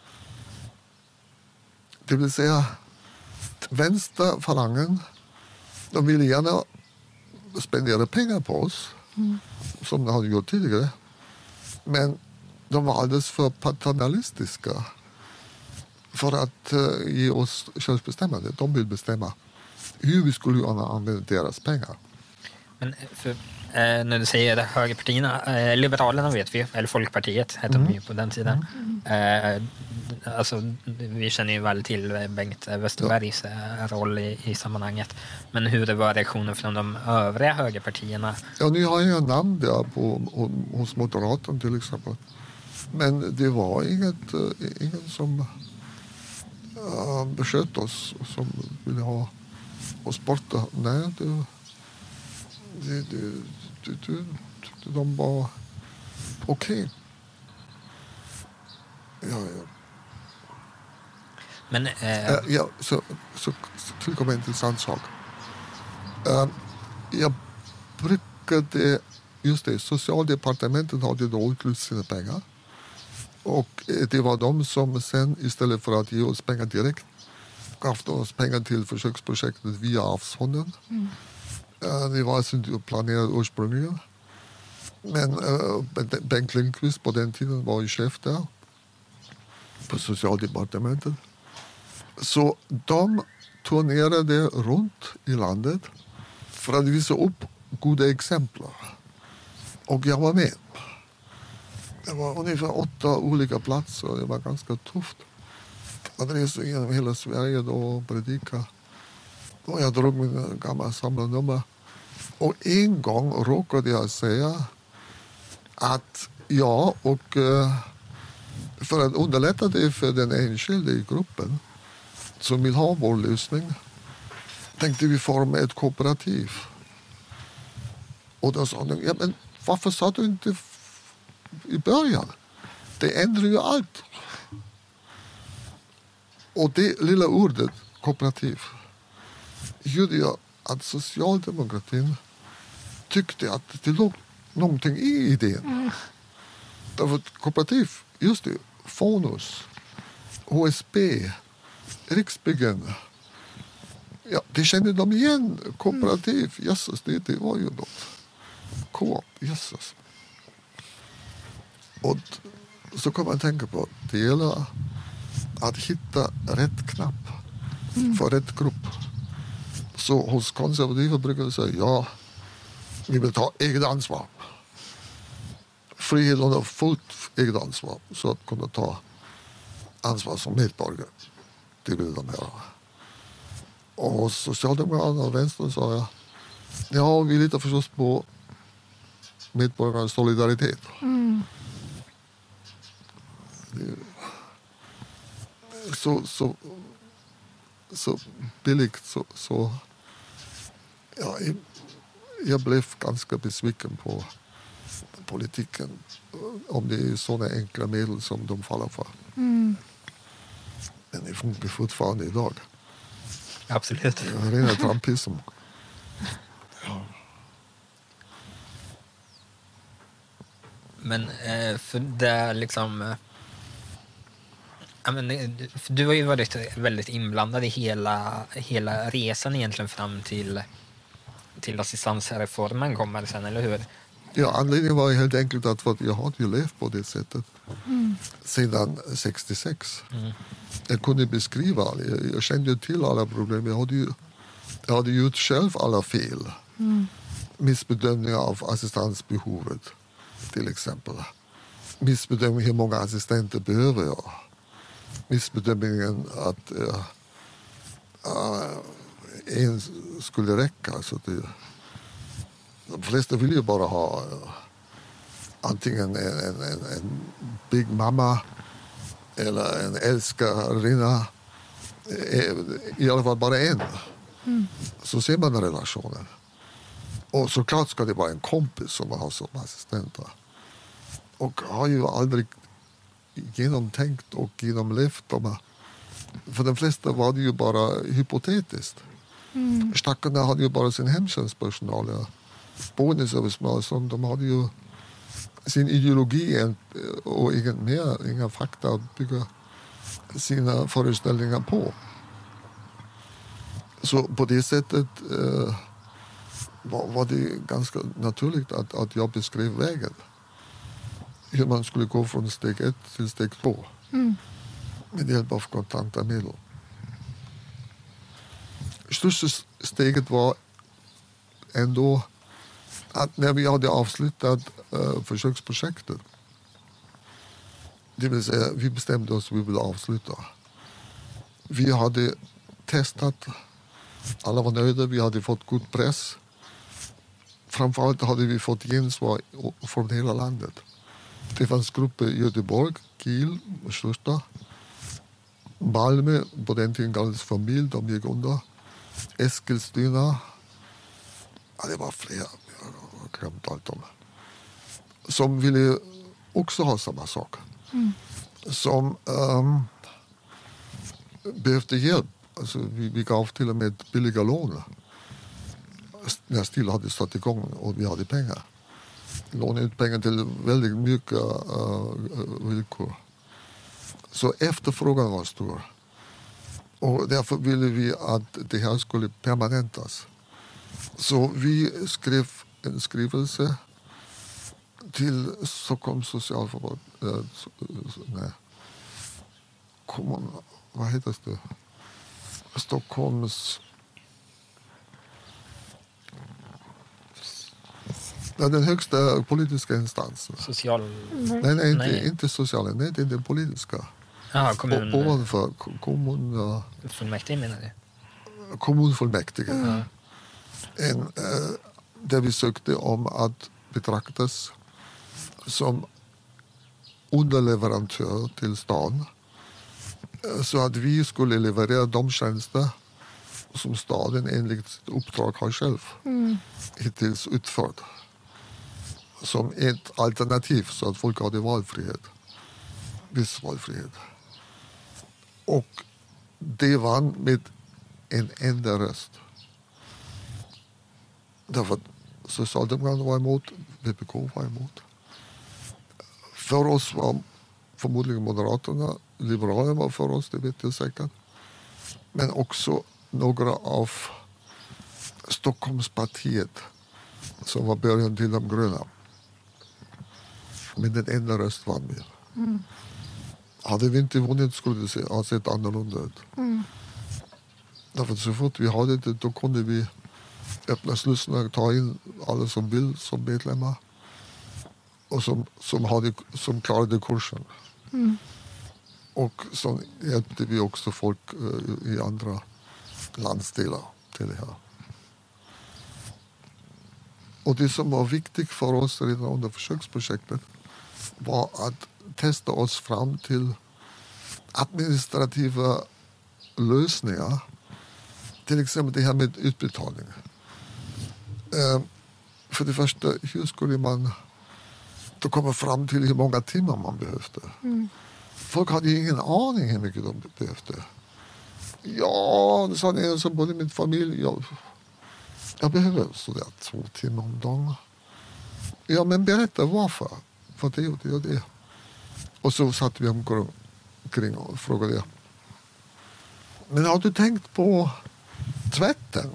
Det vill säga, vänsterfalangen, de vill gärna spendera pengar på oss. Mm. Som de hade gjort tidigare. Men de var alldeles för paternalistiska för att uh, ge oss självbestämmande. De vill bestämma hur vi skulle använda deras pengar. Men för, eh, när du säger det, högerpartierna, eh, Liberalerna vet vi, eller Folkpartiet hette mm. de ju på den tiden. Mm. Eh, alltså, vi känner ju väl till Bengt Westerbergs ja. roll i, i sammanhanget. Men hur det var reaktionen från de övriga högerpartierna? Ja, nu har jag namn där på, hos Moderaterna till exempel. Men det var inget, uh, ingen som uh, besköt oss, som ville ha oss borta. Nej, det Det, det, det, det, de var okej. Okay. Ja, ja. Men... Eh... Uh, ja, så, så, så tillkommer en intressant sak. Uh, jag brukade... Just det, socialdepartementet hade då utlyst sina pengar. Och det var de som sen, istället för att ge oss pengar direkt, gav oss pengar till försöksprojektet via Arvsfonden. Mm. Det var alltså inte planerat ursprungligen. Men uh, Bengt Lindqvist på den tiden var ju chef där på socialdepartementet. Så de turnerade runt i landet för att visa upp goda exempel. Och jag var med. Det var ungefär åtta olika platser. Det var ganska tufft. Jag reste genom hela Sverige då och predikade. Och jag drog min gamla samlarnummer. Och en gång råkade jag säga att jag och för att underlätta det för den enskilde i gruppen som vill ha vår lösning tänkte vi forma ett kooperativ. Och då sa de, ja men varför sa du inte i början? Det ändrar ju allt. Och det lilla ordet kooperativ gjorde jag att socialdemokratin tyckte att det låg någonting i idén. Mm. Därför att kooperativ, just det, Fonus, H S B, Riksbyggen, ja, det kände de igen. Kooperativ, mm. jösses, det, det var ju något. Coop, jösses. Och så kan man tänka på att det gäller att hitta rätt knapp mm. för rätt grupp. Så hos konservativa brukar vi säga, ja, vi vill ta eget ansvar. Frihet under fullt eget ansvar. Så att kunna ta ansvar som medborgare. Det vill de göra. Och hos Socialdemokraterna och Vänstern sa jag, ja, vi litar förstås på medborgarnas solidaritet. Mm. Det, så, så, så billigt så, så ja, jag blev ganska besviken på politiken om det är sådana enkla medel som de faller för. Mm. Men det funkar fortfarande idag. Absolut. Rena trumpism. Ja. Men eh, för det liksom... Eh, ja, men, du har ju varit väldigt inblandad i hela, hela resan egentligen fram till, till assistansreformen kommer sen, eller hur? Ja, anledningen var helt enkelt att för att jag har ju levt på det sättet mm. sedan sextiosex. Mm. Jag kunde beskriva, jag, jag kände till alla problem. Jag hade ju, jag hade gjort själv alla fel. Mm. Missbedömningar av assistansbehovet till exempel. Missbedömning hur många assistenter behöver jag. Missbedömningen att uh, uh, en skulle räcka. Så det, de flesta vill ju bara ha uh, antingen en, en, en, en big mamma eller en älskarinna. I alla fall bara en. Mm. Så ser man den relationen. Och såklart ska det vara en kompis som man har som assistent. och har ju aldrig genomtänkt och genomlevt dem. För de flesta var det ju bara hypotetiskt. Mm. Stackarna hade ju bara sin hemtjänstpersonal. Ja. Boendesöversmal, som de hade ju sin ideologi och inget mer, inga fakta att bygga sina föreställningar på. Så på det sättet eh, var, var det ganska naturligt att, att jag beskrev vägen. Hur man skulle gå från steg ett till steg två. Mm. Med hjälp av kontanta medel. Största steget var ändå att när vi hade avslutat uh, försöksprojektet, det vill säga vi bestämde oss att vi ville avsluta. Vi hade testat, alla var nöjda, vi hade fått god press. Framförallt hade vi fått gensvar från hela landet. Det fanns grupper i Göteborg, Kiel, största. Malmö, på den tiden kallades familj, de gick under. Eskilstuna. Ja, det var flera, jag har glömt allt om. Som ville också ha samma sak. Mm. Som um, behövde hjälp. Alltså, vi, vi gav till och med billiga lån. När Still hade satt igång och vi hade pengar. Lånade ut pengar till väldigt mycket uh, villkor. Så efterfrågan var stor. Och därför ville vi att det här skulle permanentas. Så vi skrev en skrivelse till Stockholms socialförbund. Äh, nej. Kommun, vad heter det? Stockholms... Ja, den högsta politiska instansen. Social... Nej, nej, inte, nej. inte sociala. Nej, det är den politiska. Jaha, kommun... O- ovanför kommun... Uh, fullmäktige menar du? Kommunfullmäktige. Mm. En, uh, där vi sökte om att betraktas som underleverantör till stan. Uh, så att vi skulle leverera de tjänster som staden enligt sitt uppdrag har själv mm. hittills utfört. Som ett alternativ så att folk hade valfrihet. Viss valfrihet. Och det vann med en enda röst. Därför att Socialdemokraterna var emot, V P K var emot. För oss var förmodligen Moderaterna, Liberalerna var för oss, det vet jag säkert. Men också några av Stockholmspartiet som var början till de gröna. Men den enda röst vann vi. Mm. Hade vi inte vunnit skulle det ha sett annorlunda ut. Mm. Därför så fort vi hade det, då kunde vi öppna slussarna och ta in alla som vill som medlemmar. Och som, som, hade, som klarade kursen. Mm. Och så hjälpte vi också folk uh, i andra landsdelar till det här. Och det som var viktigt för oss redan under försöksprojektet var att testa oss fram till administrativa lösningar. Till exempel det här med utbetalning. Uh, för det första, hur skulle man då komma fram till hur många timmar man behövde? Mm. Folk hade ingen aning hur mycket de behövde. Ja, det sa en som bodde i min familj. Jag, jag behöver sådär två timmar om dagen. Ja, men berätta varför. För det och det och det. Och så satt vi omkring och frågade. Men har du tänkt på tvätten?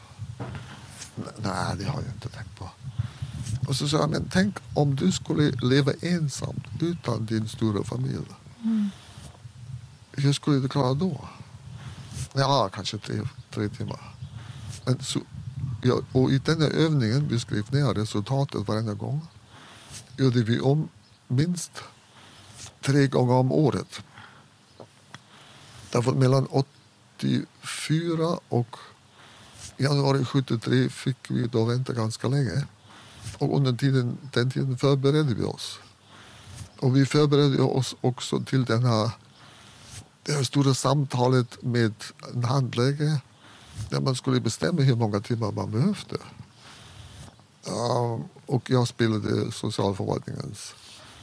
Nej, det har jag inte tänkt på. Och så sa jag, men tänk om du skulle leva ensamt utan din stora familj. Mm. Hur skulle du klara då? Ja, kanske tre, tre timmar. Men så, ja, och i den här övningen, vi skrev ner resultatet varenda gång. Gjorde vi om minst tre gånger om året. Därför mellan åttiofyra och januari sjuttiotre fick vi då vänta ganska länge. Och under tiden, den tiden förberedde vi oss. Och vi förberedde oss också till den här, det här stora samtalet med en handläggare där man skulle bestämma hur många timmar man behövde. Uh, och jag spelade socialförvaltningens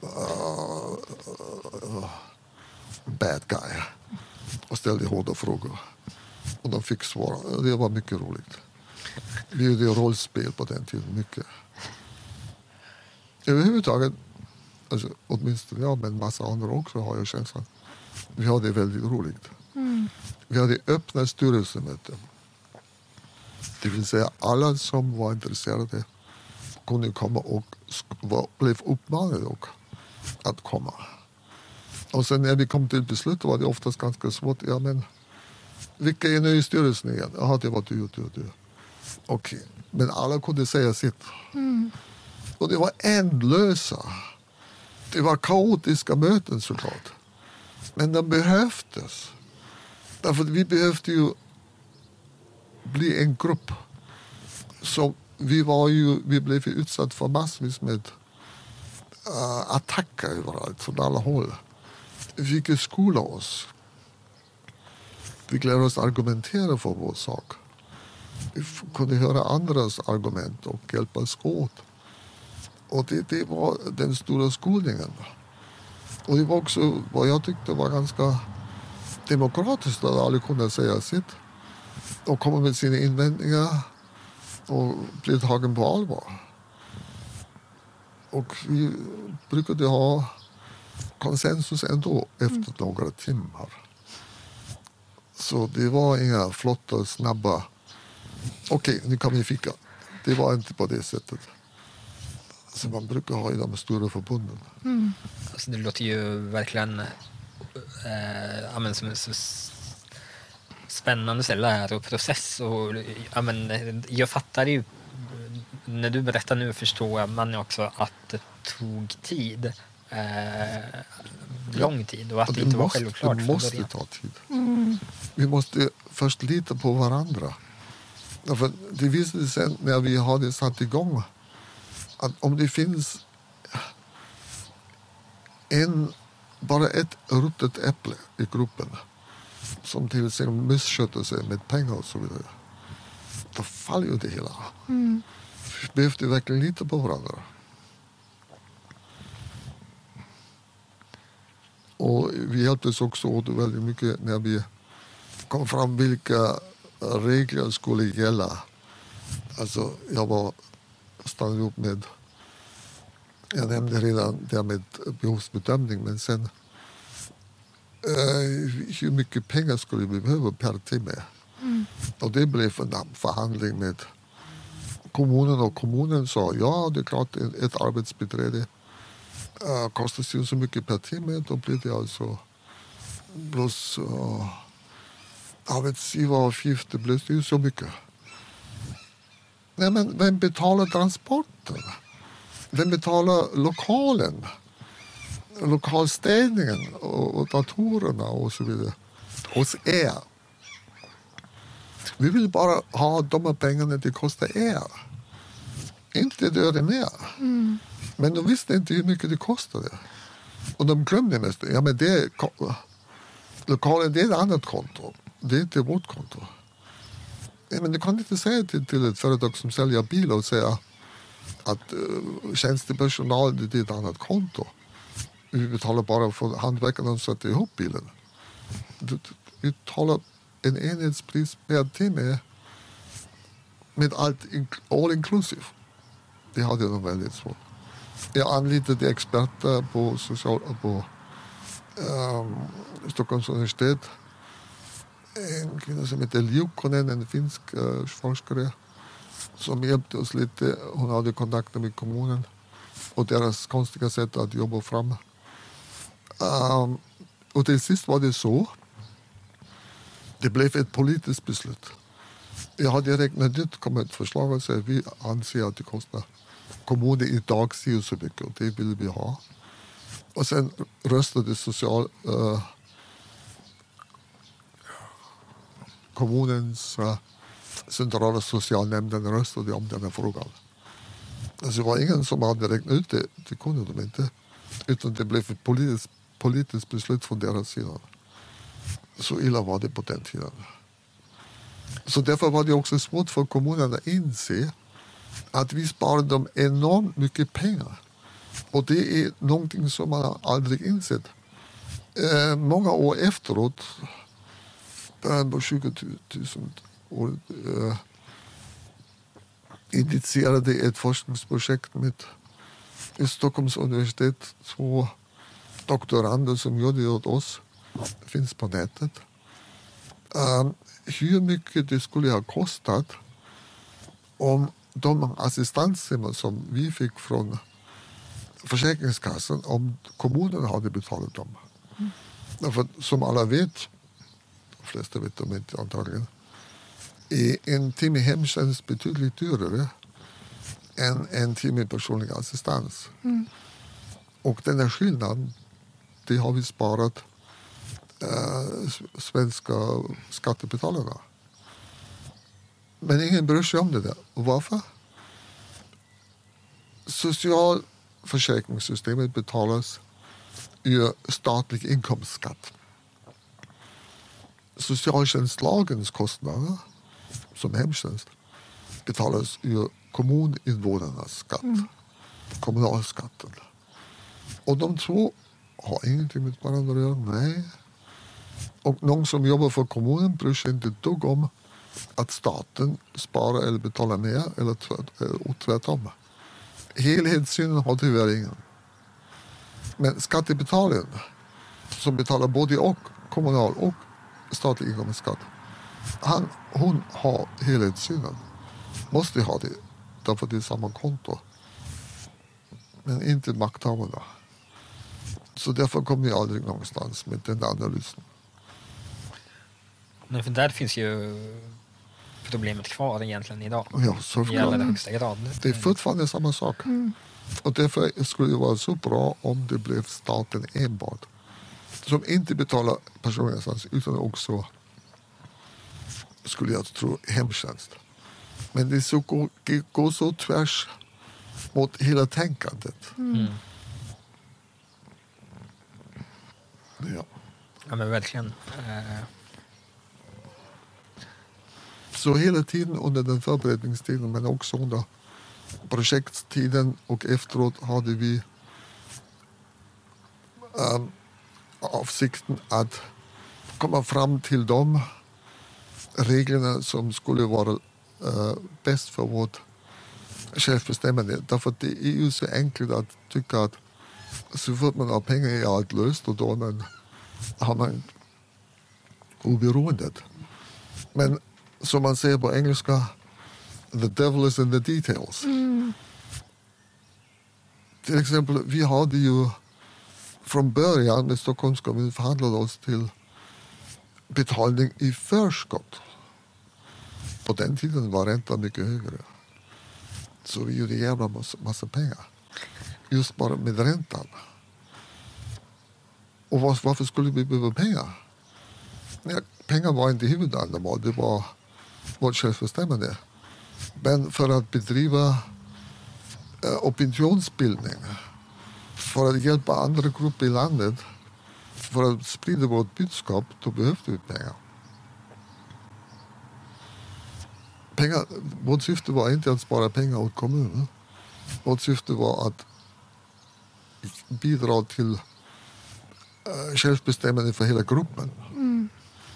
uh, uh, bad guy och ställde hårda frågor. Och de fick svara. Det var mycket roligt. Vi gjorde rollspel på den tiden, mycket. Överhuvudtaget, alltså, åtminstone jag, men massa andra också har jag känslan. Vi hade väldigt roligt. Mm. Vi hade öppna styrelsemöten. Det vill säga alla som var intresserade kunde komma och var, blev uppmanade och att komma. Och sen när vi kom till beslut var det oftast ganska svårt. Ja, men vilka är nu i styrelsen igen? Ja, det var du och du och du. Okej, men alla kunde säga sitt. Mm. Och det var ändlösa. Det var kaotiska möten såklart. Men de behövdes. Därför att vi behövde ju bli en grupp. Så vi var ju, vi blev utsatt för massvis med uh, attacker överallt från alla håll. Vi fick ju skola oss. Vi fick lära oss argumentera för vår sak. Vi kunde höra andras argument och hjälpas åt. Och det, det var den stora skolningen. Och det var också vad jag tyckte var ganska demokratiskt att alla kunde säga sitt. Och komma med sina invändningar och bli tagen på allvar. Och vi brukade ha konsensus ändå efter mm. några timmar. Så det var inga flotta, snabba... Okej, okay, nu kan vi fika. Det var inte på det sättet. Så man brukar ha i de stora förbunden. Mm. Alltså det låter ju verkligen äh, amen, som en så spännande läroprocess. Och, amen, jag fattar ju, när du berättar nu förstår man också att det tog tid. Äh, lång tid och att och det, det inte måste, var självklart. Det måste ta tid. Mm. Vi måste först lita på varandra. För det visade sig när vi hade satt igång att om det finns en, bara ett ruttet äpple i gruppen som till exempel missköter sig med pengar och så vidare, då faller ju det hela. Mm. Vi behövde verkligen lita på varandra. Och vi hjälptes också åt väldigt mycket när vi kom fram vilka regler skulle gälla. Alltså jag var stannade upp med, jag nämnde redan det med behovsbedömning, men sen eh, hur mycket pengar skulle vi behöva per timme. Mm. Och det blev en förhandling med kommunen och kommunen sa ja, det är klart ett arbetsbiträde uh, kostar ju så mycket per timme, då blir det alltså plus uh, arbetsgivaravgifter blir det ju så mycket. Nej, men vem betalar transporten? Vem betalar lokalen? Lokalstädningen och, och datorerna och så vidare. Hos er. Vi vill bara ha de här pengarna det kostar er. Inte det är mer. Mm. Men de visste inte hur mycket det kostade. Och de glömde mest. Ja, men det är, lokalen det är ett annat konto. Det är inte vårt konto. Ja, men du kan inte säga till, till ett företag som säljer bilar och säga att uh, tjänstepersonal det är ett annat konto. Vi betalar bara för handverkarna som sätter ihop bilen. Vi betalar en enhetspris per timme med allt all inclusive. Det hade de väldigt svårt. Jag anlitade experter på, social, på um, Stockholms universitet. En kvinna som heter Liukkonen, en finsk uh, forskare som hjälpte oss lite. Hon hade kontakter med kommunen och deras konstiga sätt att jobba fram. Um, och till sist var det så. Det blev ett politiskt beslut. Jag hade räknat ut, kom ett förslag och sa vi anser att det kostar kommunen idag så så mycket och det vill vi ha. Och sen röstade social uh, kommunens uh, centrala socialnämnden röstade om den här frågan. Alltså det var ingen som hade räknat ut det, det kunde de inte. Utan det blev ett politiskt, politiskt beslut från deras sida. Så illa var det på den tiden. Så därför var det också svårt för kommunerna att inse att vi sparade dem enormt mycket pengar Och det är någonting som man aldrig insett. Eh, många år efteråt, början på tjugotusen år, eh, initierade ett forskningsprojekt med Stockholms universitet, två doktorander som gjorde det åt oss, finns på nätet. Uh, hur mycket det skulle ha kostat om de assistanstimmar som vi fick från Försäkringskassan, om kommunen hade betalat dem. Mm. Därför, som alla vet, de flesta vet de inte antagligen, är en timme hemtjänst betydligt dyrare än en timme personlig assistans. Mm. Och den här skillnaden, det har vi sparat äh, svenska skattebetalarna. Men ingen bryr sig om det där. Och varför? Socialförsäkringssystemet betalas ur statlig inkomstskatt. Socialtjänstlagens kostnader som hemtjänst betalas ur kommuninvånarnas skatt, mm. kommunalskatten. Och de två har ingenting med varandra att göra, nej. Och någon som jobbar för kommunen bryr sig inte ett dugg om att staten sparar eller betalar mer eller tvärtom. Helhetssynen har tyvärr ingen. Men skattebetalaren som betalar både och kommunal och statlig inkomstskatt, han, hon har helhetssynen. Måste ha det, därför det är samma konto. Men inte makthavarna. Så därför kommer jag aldrig någonstans med den analysen. Nej, för där finns ju problemet kvar egentligen idag. Ja, så i allra högsta grad. Det är fortfarande samma sak. Mm. Och därför skulle det vara så bra om det blev staten enbart som inte betalar personlig assistans utan också, skulle jag tro, hemtjänst. Men det, så går, det går så tvärs mot hela tänkandet. Mm. Ja. Ja, men verkligen. Uh... Så hela tiden under den förberedningstiden, men också under projekttiden och efteråt hade vi um, avsikten att komma fram till de reglerna som skulle vara uh, bäst för vårt självbestämmande. Därför det är ju så enkelt att tycka att så fort man har pengar är allt löst och då man, har man oberoendet. Men som man säger på engelska, the devil is in the details. Mm. Till exempel, vi hade ju från början med Stockholms kommun förhandlat oss till betalning i förskott. På den tiden var räntan mycket högre. Så vi gjorde jävla massa, massa pengar. Just bara med räntan. Och var, varför skulle vi behöva pengar? Ja, pengar var inte huvudändamål, det var vårt självbestämmande. Men för att bedriva eh, opinionsbildning, för att hjälpa andra grupper i landet, för att sprida vårt budskap, då behövde vi pengar. pengar. Vårt syfte var inte att spara pengar åt kommunen. Vårt syfte var att bidra till uh, självbestämmande för hela gruppen. Mm.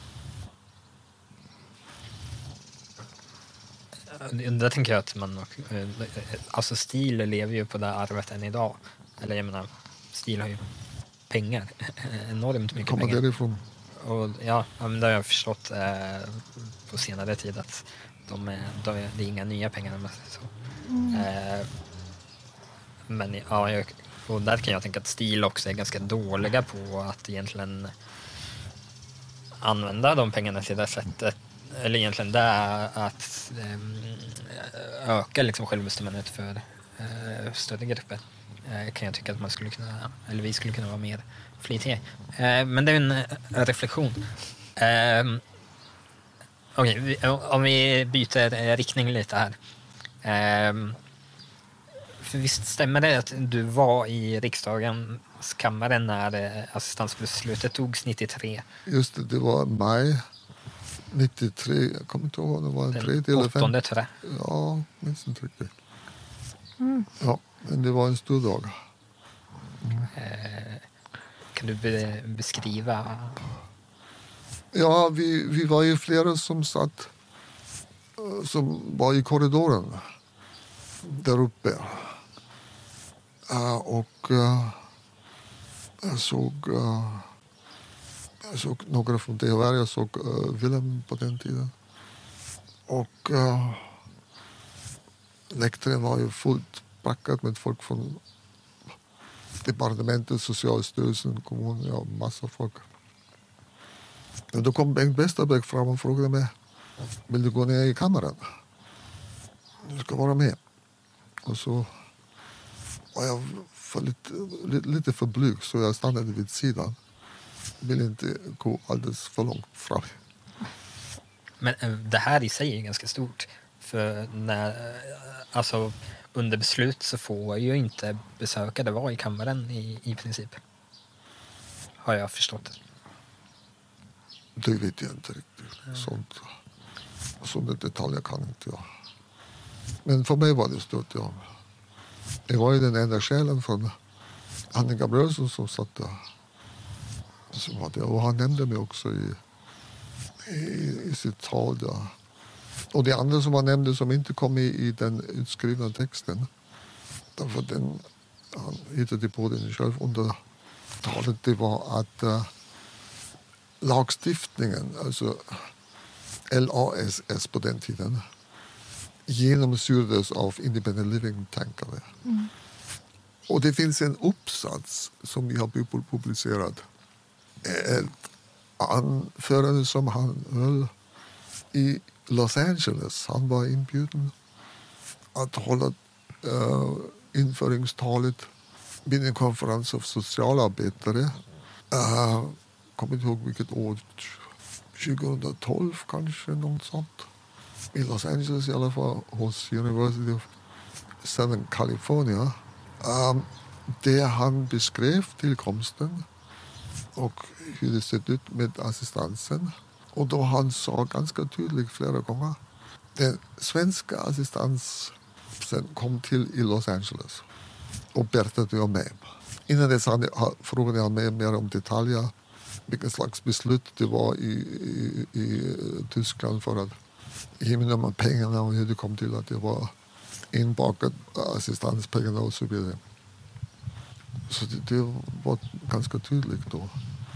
Där tänker jag att man, alltså STIL lever ju på det arvet än idag. Eller jag menar, STIL har ju pengar, enormt mycket Kommer pengar. Därifrån? Och ja, men det har jag förstått eh, på senare tid att de är, de är, det är inga nya pengar. Men, så. Mm. Eh, men ja, jag, och där kan jag tänka att STIL också är ganska dåliga på att egentligen använda de pengarna till det sättet. Eller egentligen det är att eh, öka liksom självbestämmandet för eh, större grupper. Eh, kan jag tycka att man skulle kunna, eller vi skulle kunna vara mer flitiga. Eh, men det är en, en reflektion. Eh, Okej, okay, om vi byter riktning lite här. Eh, för visst stämmer det att du var i riksdagens kammare när assistansbeslutet togs nittiotre? Just det, det var maj nittiotre. Jag kommer inte ihåg om det var en tredje eller fem. åttonde tror jag. Ja, minst inte riktigt. Mm. Ja, men det var en stor dag. Eh, kan du be- beskriva? Ja, vi, vi var ju flera som satt, som var i korridoren där uppe. Uh, och uh, jag såg, uh, jag såg några från D H R, jag såg uh, Willem på den tiden. Och uh, läktaren var ju fullt packat med folk från departementet, Socialstyrelsen, kommunen, ja, massa folk. Och då kom Bengt Westerberg fram och frågade mig, vill du gå ner i kammaren? Du ska vara med. Och så var jag för lite, lite för blyg så jag stannade vid sidan. Vill inte gå alldeles för långt fram. Men det här i sig är ganska stort. För när, alltså, under beslut så får ju inte besökare vara i kammaren i, i princip. Har jag förstått. Det vet jag inte riktigt. Mm. Sånt, sådana detaljer kan inte jag. Men för mig var det stort, ja. Jag var ju den enda själen från handikapprörelsen som satt där. Så var det. Och han nämnde mig också i, i, i sitt tal där. Och det andra som han nämnde som inte kom i, i den utskrivna texten. Därför den, han hittade på den själv under talet, det var att uh, lagstiftningen, alltså L A S S på den tiden, genomsyrades av independent living-tänkare. Mm. Och det finns en uppsats som vi har publicerat. Ett anförande som han höll i Los Angeles. Han var inbjuden att hålla uh, införingstalet vid en konferens av socialarbetare. Uh, kommer inte ihåg vilket år, tjugohundratolv kanske, något sånt. I Los Angeles i alla fall, hos University of Southern California. Um, där han beskrev tillkomsten och hur det sett ut med assistansen. Och då han sa ganska tydligt flera gånger, den svenska assistansen kom till i Los Angeles och berättade om mig. Innan dess frågade han mig mer om detaljer, vilken slags beslut det var i, i, i Tyskland för att ge mig de pengarna och hur det kom till att det var inbakat assistanspengarna och så vidare. Så det, det var ganska tydligt då.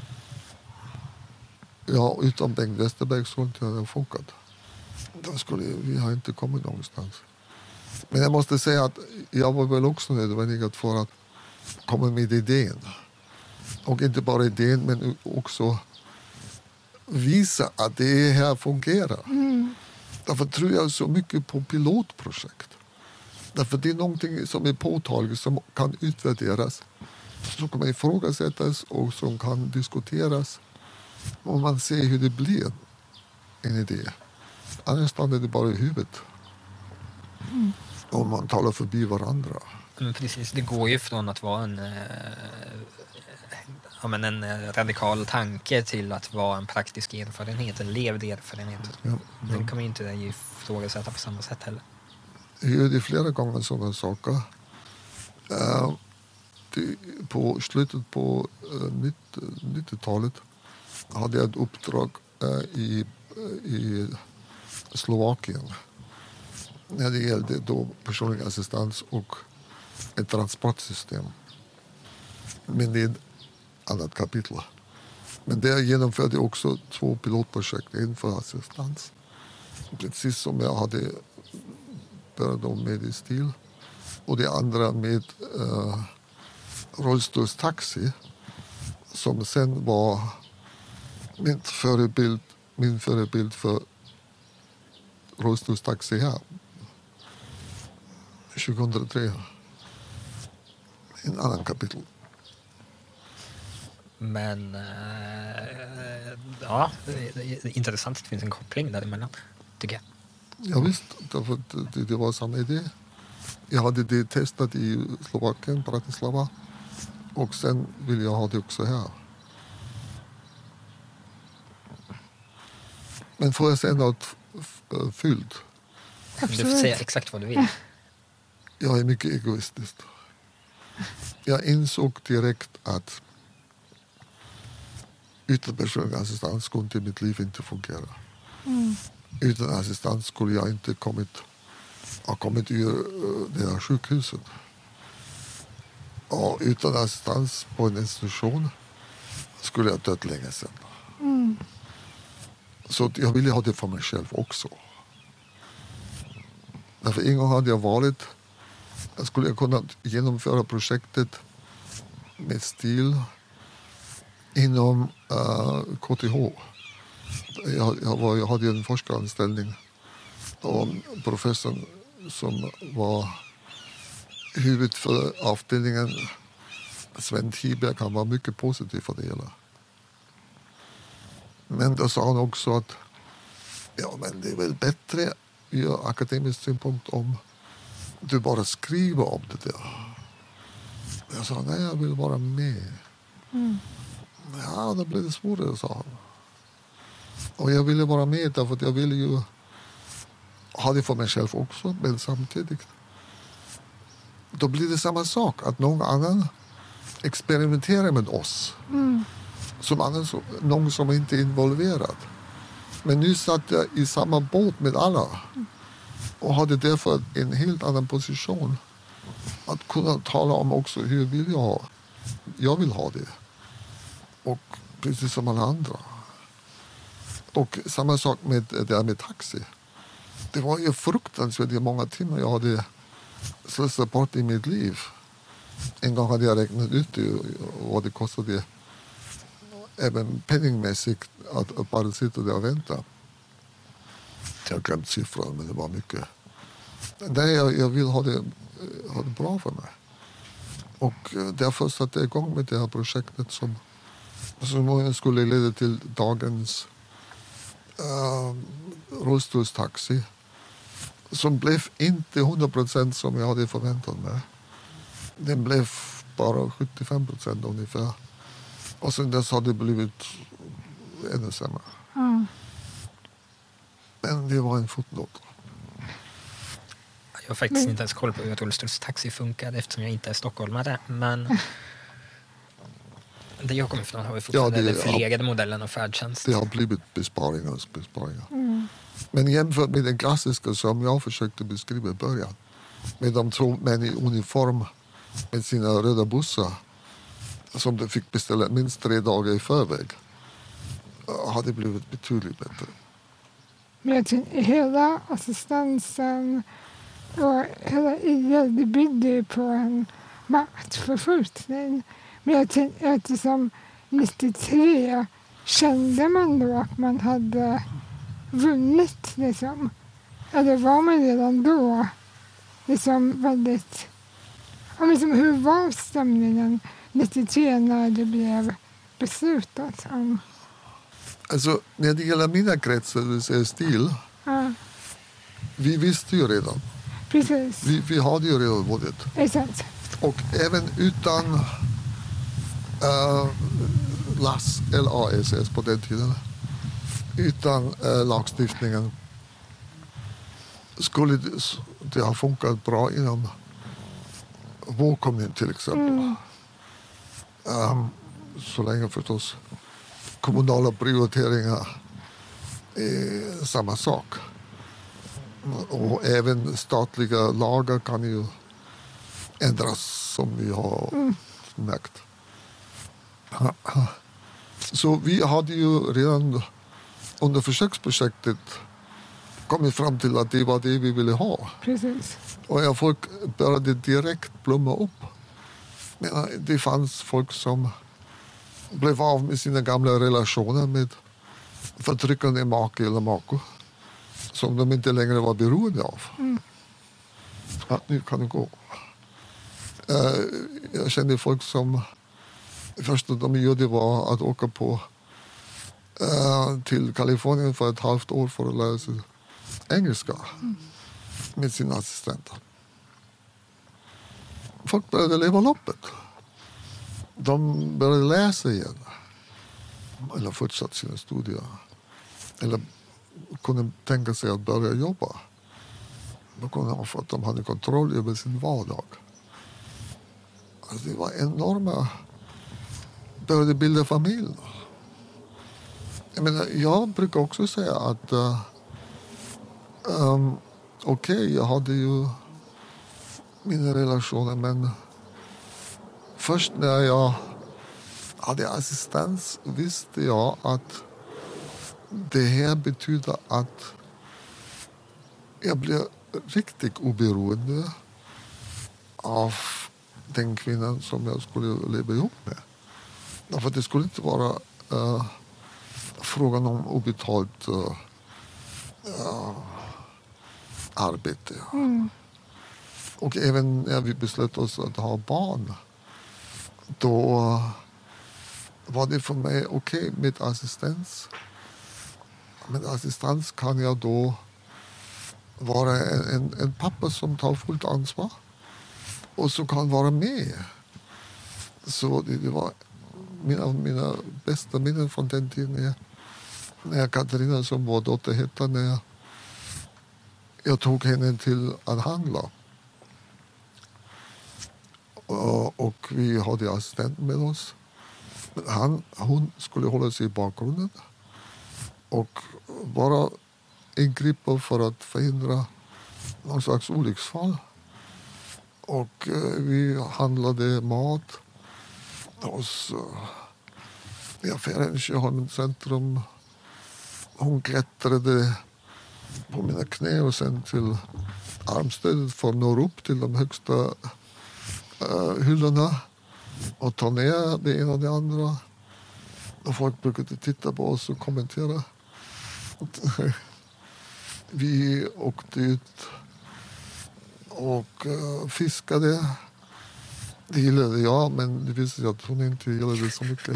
Ja, utan Bengt Westerberg så inte hade det funkat. Då skulle vi har inte kommit någonstans. Men jag måste säga att jag var väl också nödvändig för att komma med idén. Och inte bara idén, men också visa att det här fungerar. Mm. Därför tror jag så mycket på pilotprojekt. Därför det är någonting som är påtagligt, som kan utvärderas, som kan ifrågasättas och som kan diskuteras. Och man ser hur det blir en idé. Annars stannar det bara i huvudet. Mm. Och man talar förbi varandra. Men precis, det går ju från att vara en, eh, ja, men en radikal tanke till att vara en praktisk erfarenhet, en levd erfarenhet. Ja, ja. Den kommer ju inte ifrågasätta på samma sätt heller. Jag gjorde flera gånger sådana saker. Uh, det, på slutet på uh, nittiotalet hade jag ett uppdrag uh, i, uh, i Slovakien när det gällde då personlig assistans och ett transportsystem. Men det är ett annat kapitel. Men där genomförde jag också två pilotprojekt, en för assistans. Precis som jag hade börjat med i stil. Och det andra med uh, rullstolstaxi som sen var min förebild, min förebild för rullstolstaxi här. tjugohundratre. En annan kapitel. Men äh, ja, det är intressant att det finns en koppling däremellan, tycker jag. Ja visst, därför det, det var samma idé. Jag hade det testat i Slovakien, Bratislava. Och sen vill jag ha det också här. Men får jag säga något fyllt? Du får säga exakt vad du vill. Jag är mycket egoistisk. jag insåg direkt att utan personlig assistans skulle inte mitt liv inte fungera. Mm. Utan assistans skulle jag inte kommit, ha kommit ur det här sjukhuset. Och utan assistans på en institution skulle jag dött länge sedan. Mm. Så jag ville ha det för mig själv också. Därför en gång hade jag varit, jag skulle kunna genomföra projektet med stil inom uh, K T H. Jag, jag, var, jag hade en forskaranställning och professorn som var huvud för avdelningen, Sven Tiberg, han var mycket positiv för det hela. Men då sa han också att ja, men det är väl bättre ur akademisk synpunkt om du bara skriver om det där. Jag sa nej, jag vill vara med. Mm. Ja, då blev det svårare, sa han. Och jag ville vara med därför att jag ville ju ha det för mig själv också, men samtidigt. Då blir det samma sak, att någon annan experimenterar med oss. Mm. Som annan, någon som inte är involverad. Men nu satt jag i samma båt med alla. Och hade därför en helt annan position. Att kunna tala om också hur vill jag ha. Jag vill ha det. Och precis som alla andra. Och samma sak med det här med taxi. Det var ju fruktansvärt i många timmar jag hade slösat bort i mitt liv. En gång hade jag räknat ut det, vad det kostade även penningmässigt att bara sitta där och vänta. Jag har glömt siffran, men det var mycket. Nej, jag, jag vill ha det, ha det bra för mig. Och därför satte jag igång med det här projektet som, som skulle leda till dagens uh, rullstolstaxi. Som blev inte hundra procent som jag hade förväntat mig. Den blev bara sjuttiofem procent ungefär. Och sen dess har det blivit ännu sämre. Mm. Men det var en fotnot. Jag har faktiskt inte ens koll på hur rullstolstaxi funkar eftersom jag inte är stockholmare. Men det jag kommer ifrån har vi fortfarande ja, den förlegade modellen av färdtjänst. Det har blivit besparingar och besparingar. Mm. Men jämfört med den klassiska som jag försökte beskriva i början. Med de två män i uniform med sina röda bussar. Som de fick beställa minst tre dagar i förväg. Har det blivit betydligt bättre. Men jag tänkte, hela assistansen och hela I L, det byggde på en maktförskjutning. Men jag tänkte, eftersom nittiotre kände man då att man hade vunnit liksom. Eller var man redan då liksom väldigt, ja, liksom, hur var stämningen nittiotre när det blev beslutat om? Alltså, när det gäller mina kretsar, det vill säga stil, ja. Vi visste ju redan. Precis. Vi, vi hade ju redan vunnit. Exakt. Och även utan uh, L A S, L A S S på den tiden, utan uh, lagstiftningen, skulle det, det ha funkat bra inom vår kommun till exempel. Mm. Um, så länge förstås kommunala prioriteringar är samma sak. Och även statliga lagar kan ju ändras som vi har mm. märkt. Så vi hade ju redan under försöksprojektet kommit fram till att det var det vi ville ha. Precis. Och jag folk började direkt blomma upp. Men det fanns folk som blev av med sina gamla relationer med förtryckande make eller mako som de inte längre var beroende av. Mm. Att nu kan det gå. Uh, jag kände folk som första de gjorde var att åka på uh, till Kalifornien för ett halvt år för att lära sig engelska mm. med sina assistenter. Folk började leva loppet. De började läsa igen. Eller fortsatt sina studier. Eller kunde tänka sig att börja jobba. De kunde ha för att de hade kontroll över sin vardag. Alltså det var enorma... Började bilda familj. Jag menar, jag brukar också säga att... Uh, um, Okej, okay, jag hade ju mina relationer, men... Först när jag hade assistans visste jag att det här betyder att jag blev riktigt oberoende av den kvinnan som jag skulle leva ihop med. Därför det skulle inte vara uh, frågan om obetalt uh, uh, arbete. Mm. Och även när vi beslöt oss att ha barn, då uh, var det för mig okej okay med assistans. Med assistans kan jag då vara en, en pappa som tar fullt ansvar och så kan vara med. Så det, det var mina, mina bästa minnen från den tiden när Katarina som vår dotter hette, när jag, jag tog henne till att handla. Och, och vi hade assistent med oss. Men han, hon skulle hålla sig i bakgrunden och bara ingripa för att förhindra någon slags olycksfall. Och eh, vi handlade mat hos uh, i affären Sjöholmen centrum. Hon klättrade på mina knä och sen till armstödet för att nå upp till de högsta uh, hyllorna och ta ner det ena och det andra. Och folk brukade titta på oss och kommentera. Vi åkte ut och uh, fiskade. Det gillade jag, men det visste jag att hon inte gillade det så mycket.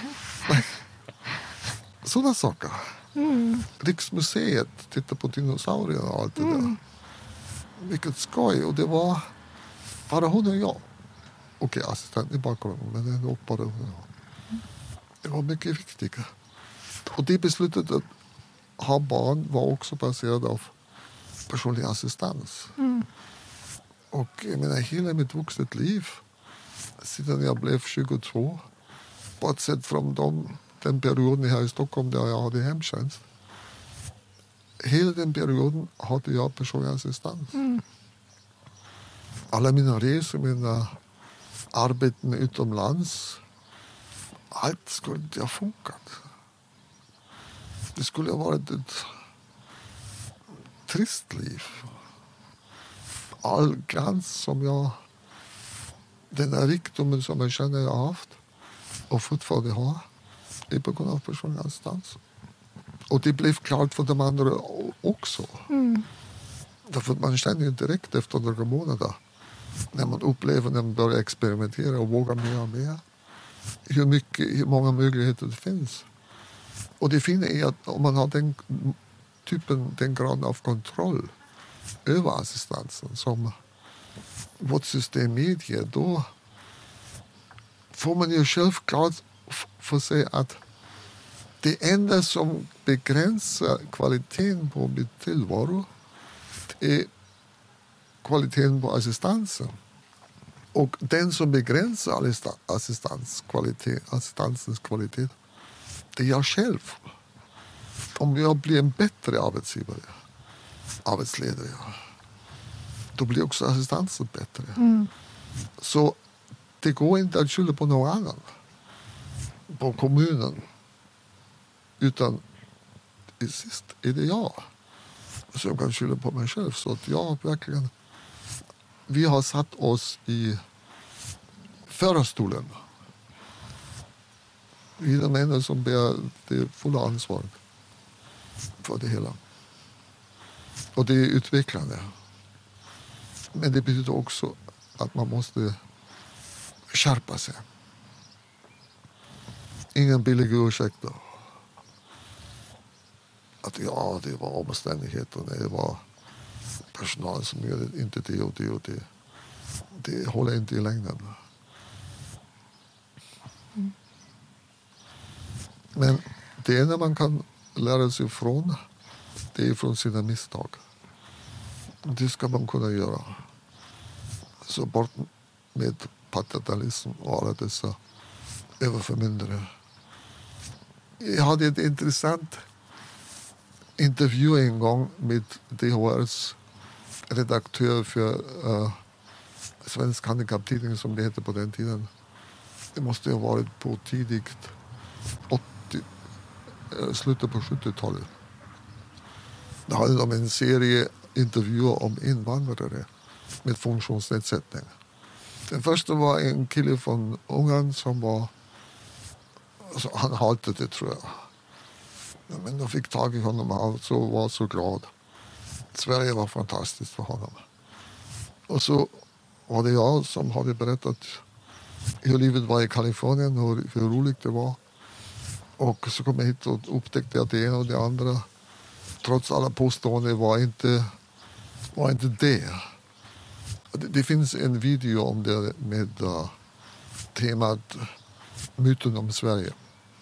Sådana saker. Mm. Riksmuseet, titta på dinosaurier och allt det mm. där. Vilket skoj. Och det var bara hon och jag. Okej, assistent i bakgrunden, men det var bara hon och jag. Det var mycket viktigt. Och det beslutet att ha barn var också baserat av personlig assistans. Mm. Och jag menar, hela mitt vuxet liv, sedan jag blev tjugotvå, bortsett från de, den perioden här i Stockholm där jag hade hemtjänst, hela den perioden hade jag personlig assistans. Mm. Alla mina resor, mina arbeten utomlands, allt skulle inte ha funkat. Det skulle ha varit ett trist liv. All glans som jag, den här rikdomen som jag känner jag har haft och fortfarande har, är på grund av personlig assistans. Och det blev klart för de andra också. Mm. Därför att man känner ju direkt efter några månader, när man upplever, när man börjar experimentera och våga mer och mer, hur, mycket, hur många möjligheter det finns. Och det fina är att om man har den typen, den graden av kontroll över assistansen som vårt system medger, då får man ju självklart få se att det enda som begränsar kvaliteten på mitt tillvaro är kvaliteten på assistansen. Och den som begränsar assistans kvalitet, assistansens kvalitet, det är jag själv. Om jag blir en bättre arbetsgivare, arbetsledare, då blir också assistansen bättre. Mm. Så det går inte att skylla på någon annan, på kommunen, utan i sist är det jag som kan skylla på mig själv. Så att jag verkligen, vi har satt oss i förarstolen. Vi är de enda som bär det fulla ansvaret för det hela. Och det är utvecklande. Men det betyder också att man måste skärpa sig. Ingen billig ursäkt. Att ja, det var omständigheter, det var personal som gjorde inte det och det och det. Det håller inte i längden. Mm. Men det enda man kan lära sig från, det är från sina misstag. Det ska man kunna göra. Så bort med paternalism och alla dessa överförmyndare. Jag hade ett intressant intervju en gång med D H R:s redaktör för uh, Svensk handikapptidning som det hette på den tiden. Det måste ha varit på tidigt åttio, uh, slutet på sjuttiotalet. Då hade de en serie intervjuer om invandrare med funktionsnedsättning. Den första var en kille från Ungern som var, alltså han haltade det tror jag. Men de fick tag i honom och så var så glad. Sverige var fantastiskt för honom. Och så var det jag som hade berättat hur livet var i Kalifornien, hur, hur roligt det var. Och så kom jag hit och upptäckte att det ena och det andra, trots alla påståenden, var inte, var inte det. det. Det finns en video om det med uh, temat myten om Sverige.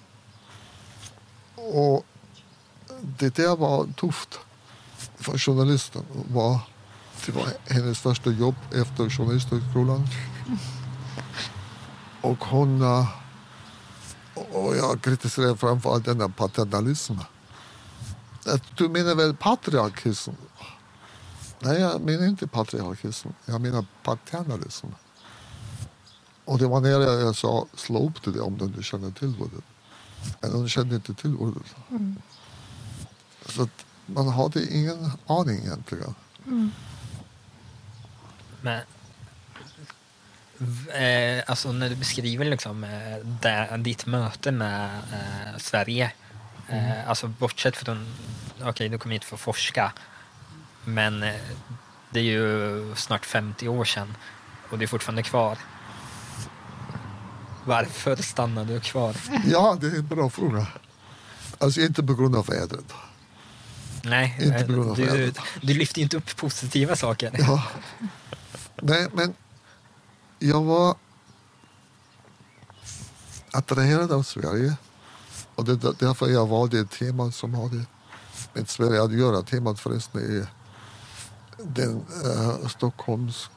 Och det där var tufft för journalisten. Var, det var hennes första jobb efter journalisthögskolan. Och hon... Och jag kritiserade framförallt denna paternalism. Du menar väl patriarkism? Nej, jag menar inte patriarkism. Jag menar paternalism. Och det var när jag sa slå upp det om du inte känner till ordet. Men hon kände inte till ordet. Mm. Så att man hade ingen aning egentligen. Mm. Men eh, alltså när du beskriver liksom eh, där, ditt möte med eh, Sverige, eh, mm. alltså bortsett från okej, okay, du kom hit för att forska, men eh, det är ju snart femtio år sedan och det är fortfarande kvar. Varför stannade du kvar? Ja, det är en bra fråga. Alltså inte på grund av vädret. Nej, inte på grund av du, vädret. du lyfter inte upp positiva saker. Ja. Nej, men jag var attraherad av Sverige. Och det är därför jag valde ett tema som hade med Sverige att göra. Temat förresten är den uh, Stockholmsk,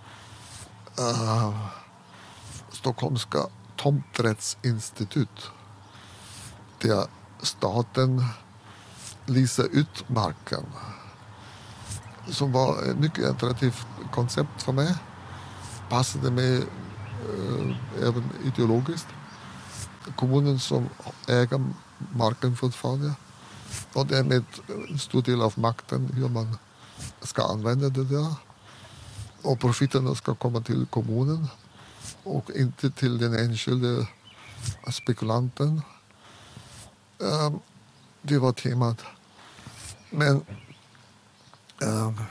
uh, Stockholmska tomträttsinstitut. Där staten leasar ut marken. Som var ett mycket attraktivt koncept för mig. Passade mig uh, även ideologiskt. Kommunen som äger marken fortfarande. Och därmed en stor del av makten hur man ska använda det där. Och profiterna ska komma till kommunen och inte till den enskilde spekulanten. Um, det var temat. Men um,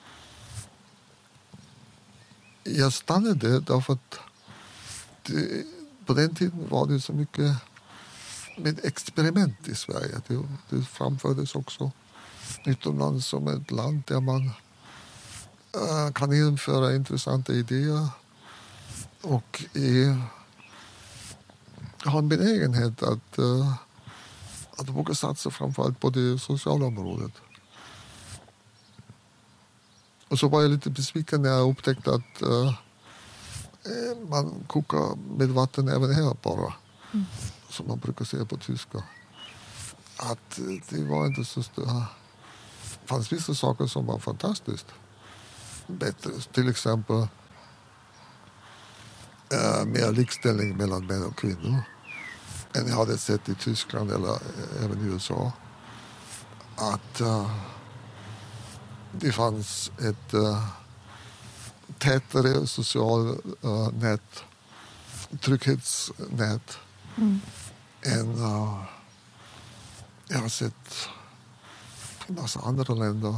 jag stannade därför att det, på den tiden var det så mycket med experiment i Sverige. Det, det framfördes också utomlands som ett land där man uh, kan införa intressanta idéer och är, har en benägenhet att, uh, att våga satsa framförallt på det sociala området. Och så var jag lite besviken när jag upptäckte att uh, man kokar med vatten även här bara. Mm. Som man brukar säga på tyska. Att det var inte så stort. Det fanns vissa saker som var fantastiskt bättre. Till exempel äh, mer likställning mellan män och kvinnor än jag hade sett i Tyskland eller äh, även i U S A. Att äh, det fanns ett äh, tätare social äh, nät, trygghetsnät mm. än uh, jag har sett i en massa andra länder.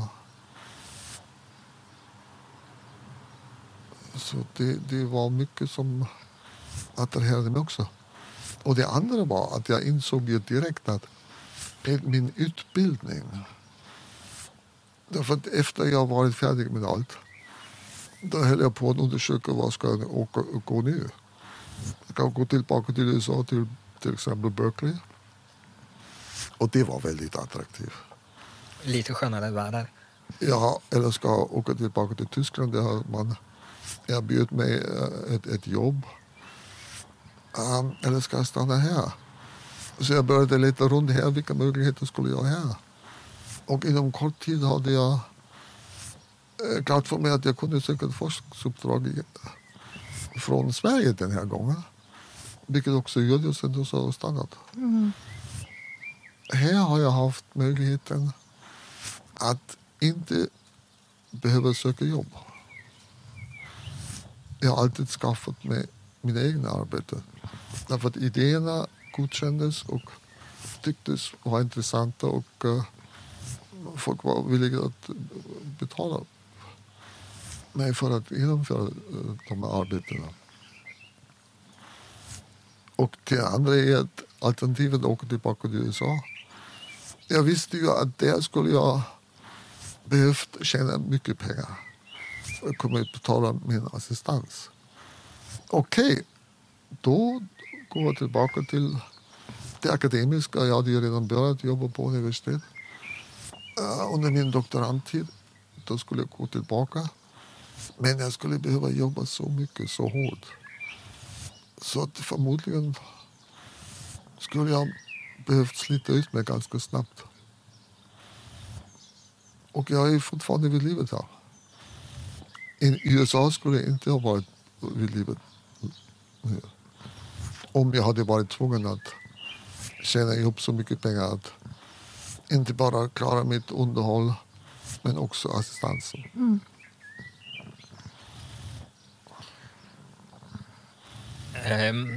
Så det, det var mycket som attraherade mig också. Och det andra var att jag insåg ju direkt att med min utbildning, därför att efter jag varit färdig med allt, då höll jag på att undersöka vad ska jag åka, gå nu. Jag kan gå tillbaka till U S A, till, till exempel Berkeley. Och det var väldigt attraktivt. Lite skönare världar. Ja, eller ska åka tillbaka till Tyskland. Där har man erbjöd mig ett, ett jobb. Um, eller ska jag stanna här? Så jag började leta runt här, vilka möjligheter skulle jag ha här? Och inom kort tid hade jag eh, klart för mig att jag kunde söka ett forskningsuppdrag från Sverige den här gången. Vilket också gjorde jag sen så har stannat. Mm. Här har jag haft möjligheten att inte behöva söka jobb. Jag har alltid skaffat mig mina egna arbeten. Därför att idéerna godkändes och tycktes vara intressanta och uh, folk var villiga att betala mig för att genomföra uh, de här arbetena. Och det andra är att alternativet att åka tillbaka till U S A. Jag visste ju att där skulle jag behövt tjäna mycket pengar för att kunna betala min assistans. Okej, okay. Då går jag tillbaka till det akademiska. Jag hade ju redan börjat jobba på universitet. Uh, under min doktorandtid då skulle jag gå tillbaka. Men jag skulle behöva jobba så mycket, så hårt. Så att förmodligen skulle jag behövt slita ut mig ganska snabbt. Och jag är fortfarande vid livet här. I U S A skulle jag inte ha varit vid livet. Om jag hade varit tvungen att tjäna ihop så mycket pengar att inte bara klara mitt underhåll men också assistansen. Mm. Um,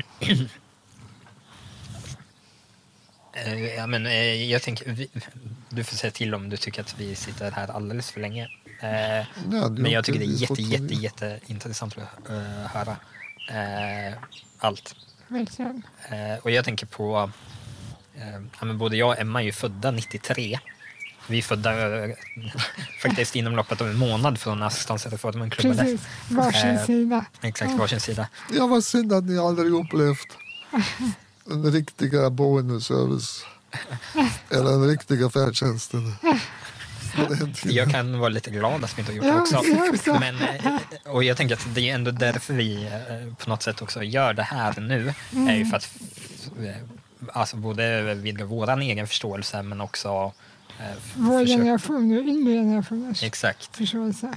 ja, men, uh, jag tänker, vi, du får säga till om du tycker att vi sitter här alldeles för länge. Uh, ja, men jag tycker det är jätte, jätte, jätte intressant att uh, höra uh, allt. Verkligen. Uh, och jag tänker på, uh, ja, men både jag och Emma är ju födda nittiotre. Vi är födda uh, faktiskt inom loppet av en månad från assistansreformen klubbade. Precis, varsin uh, sida. Exakt, varsin sida. Jag var synd att ni aldrig upplevt den riktiga boendeservice eller den riktiga färdtjänsten. Jag kan vara lite glad att vi inte har gjort det också. Ja, också. Men, och jag tänker att det är ändå därför vi på något sätt också gör det här nu. Mm. Är ju för att alltså, både vidga vår egen förståelse men också eh, vår försöka... generation och yngre generationers Exakt. förståelse.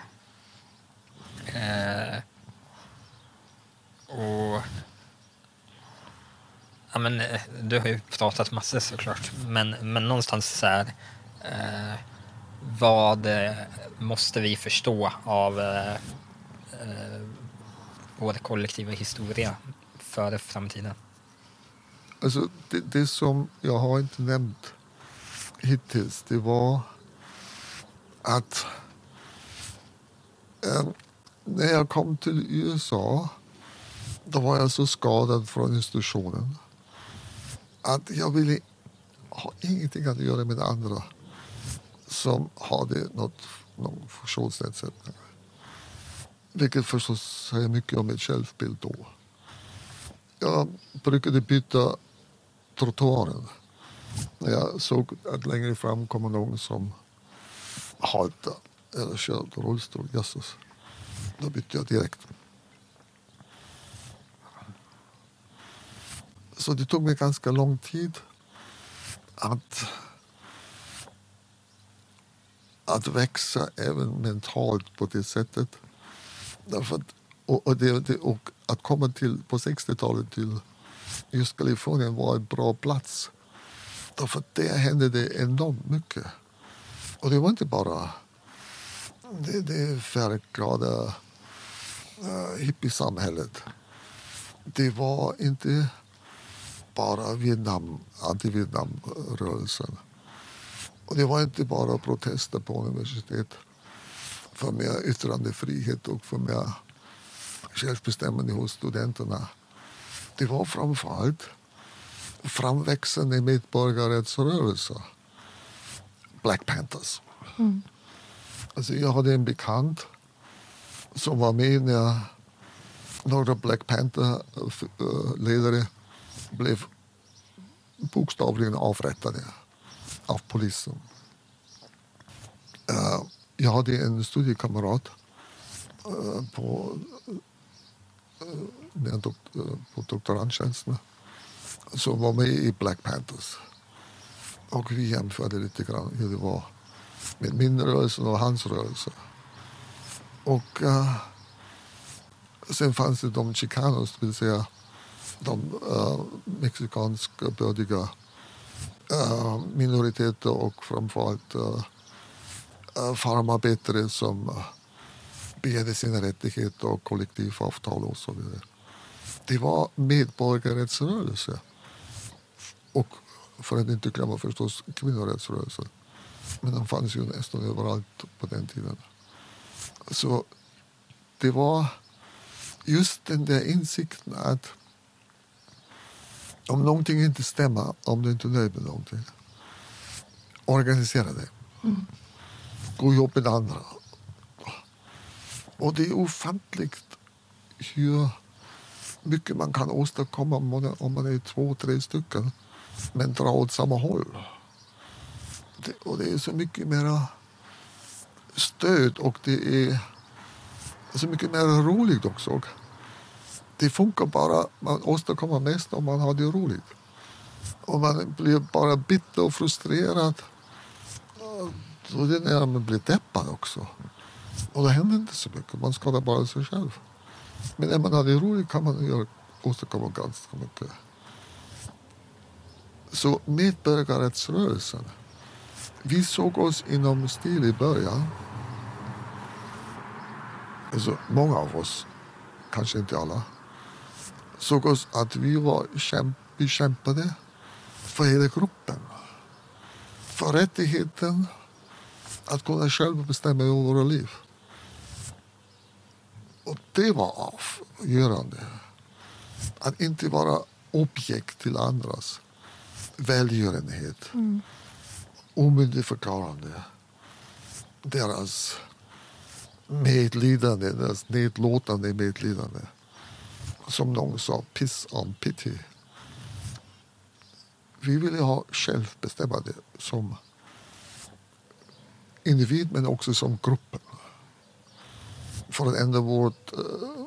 Eh, och ja, men, du har ju pratat massor såklart. Men, men någonstans så här eh, vad eh, måste vi förstå av eh, eh, vår kollektiva historia för framtiden? Alltså det, det som jag har inte nämnt hittills, det var att eh, när jag kom till U S A då var jag så skadad från institutionen att jag ville ha ingenting att göra med andra som hade något, någon funktionsnedsättning. Vilket förstås säger mycket om mitt självbild då. Jag brukade byta trottoaren. När jag såg att längre fram kommer någon som haltar eller kör rullstol. Jesus. Då bytte jag direkt. Så det tog mig ganska lång tid att att växa även mentalt på det sättet. Därför att, och, och, det, det, och att komma till på sextiotalet till just Kalifornien var en bra plats. Därför att där hände det enormt mycket. Och det var inte bara det, det färgglada uh, hippiesamhället. Det var inte bara Vietnam, anti-Vietnam-rörelsen. Och det var inte bara protester på universitet för mer yttrandefrihet och för mer självbestämmande hos studenterna. Det var framförallt framväxande medborgarrättsrörelser. Black Panthers. Mm. Alltså jag hade en bekant som var med när några Black Panther-ledare blev bokstavligen avrättade av polisen. Uh, jag hade en studiekamrat uh, på, uh, dokt, uh, på doktorandtjänsterna som var med i Black Panthers. Och vi jämförde lite grann hur det var med min rörelse och hans rörelse. Och uh, sen fanns det de chicanos, det vill säga de uh, mexikanska bördiga uh, minoriteter och framförallt uh, uh, farmarbetare som uh, begärde sina rättigheter och kollektivavtal och så vidare. Det var medborgarrättsrörelse. Och för att inte glömma förstås kvinnorättsrörelsen. Men de fanns ju nästan överallt på den tiden. Så det var just den där insikten att om någonting inte stämmer, om du inte är nöjd med någonting, organisera det. Mm. Gå ihop med andra. Och det är ofantligt hur mycket man kan åstadkomma om man är två, tre stycken men drar åt samma håll. Det, och det är så mycket mer stöd och det är så mycket mer roligt också. Det funkar bara, man åstadkommer mest om man har det roligt. Och man blir bara bitter och frustrerad. Så det är när man blir deppad också. Och det händer inte så mycket, man skadar bara sig själv. Men när man har det roligt kan man göra, åstadkomma ganska mycket. Så medborgarrättsrörelsen, vi såg oss inom stil i början. Alltså många av oss, kanske inte alla, såg oss att vi var kämp, vi kämpade för hela gruppen. För rättigheten att kunna själv bestämma över våra liv. Och det var avgörande. Att inte vara objekt till andras välgörenhet. Mm. Omyndigförklarande. Deras medlidande, deras nedlåtande medlidande. Som någon sa, piss on pity. Vi ville ha självbestämmande som individ men också som gruppen. För att ändra vårt uh,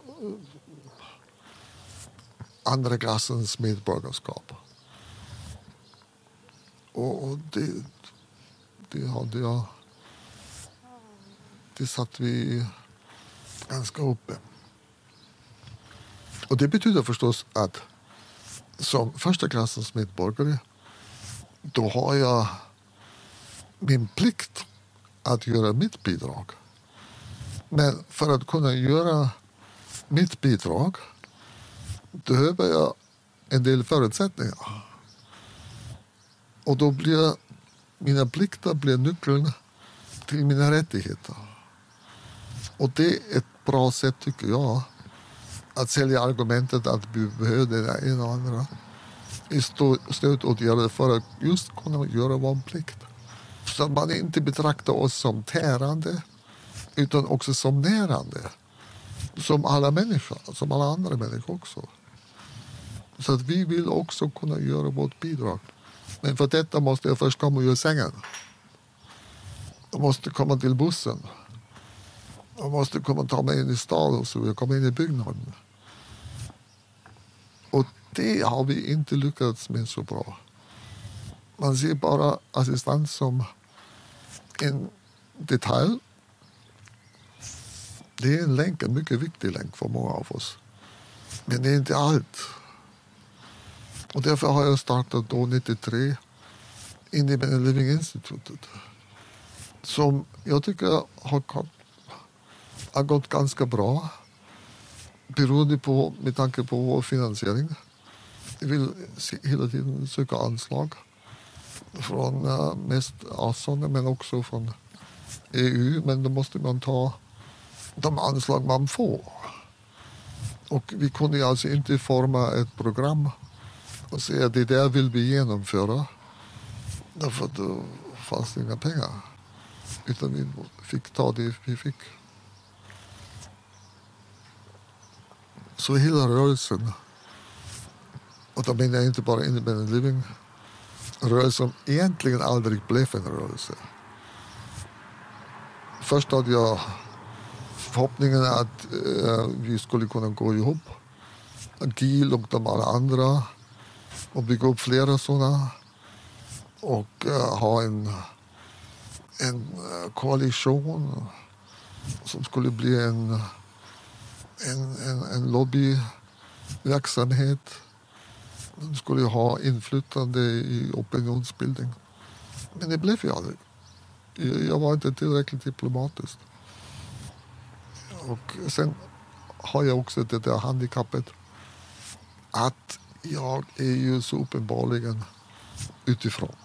andra klassens medborgarskap. Och, och det, det hade jag... Det satt vi ganska uppe. Och det betyder förstås att som första klassens medborgare då har jag min plikt att göra mitt bidrag. Men för att kunna göra mitt bidrag behöver jag en del förutsättningar. Och då blir mina plikter blir nyckeln till mina rättigheter. Och det är ett bra sätt tycker jag att sälja argumentet att vi behöver det ena och andra i stödåtgärder för att just kunna göra vår plikt. Så att man inte betraktar oss som tärande utan också som närande. Som alla människor, som alla andra människor också. Så att vi vill också kunna göra vårt bidrag. Men för detta måste jag först komma ur sängen. Jag måste komma till bussen. Jag måste komma och ta mig in i staden så jag kommer in i byggnaden. Och det har vi inte lyckats med så bra. Man ser bara assistans som en detalj. Det är en länk, en mycket viktig länk för många av oss. Men det är inte allt. Och därför har jag startat då nittiotre Independent Living Institutet. Som jag tycker har, har gått ganska bra. Beroende på, med tanke på vår finansiering. Vi vill hela tiden söka anslag. Från uh, mest A S O N men också från E U. Men då måste man ta de anslag man får. Och vi kunde alltså inte forma ett program och säga att det där vill vi genomföra. Därför att det fanns inga pengar. Utan vi fick ta det vi fick. Så hela rörelsen, och då menar jag inte bara Independent Living, rörelsen egentligen aldrig blev en rörelse. Först hade jag förhoppningen att uh, vi skulle kunna gå ihop. Gil och de alla andra. Och bygga upp flera sådana. Och uh, ha en, en uh, koalition som skulle bli en, en, en, en lobbyverksamhet. De skulle ha inflytande i opinionsbildning. Men det blev jag aldrig. Jag var inte tillräckligt diplomatisk. Och sen har jag också det där handikappet att jag är ju så uppenbarligen utifrån.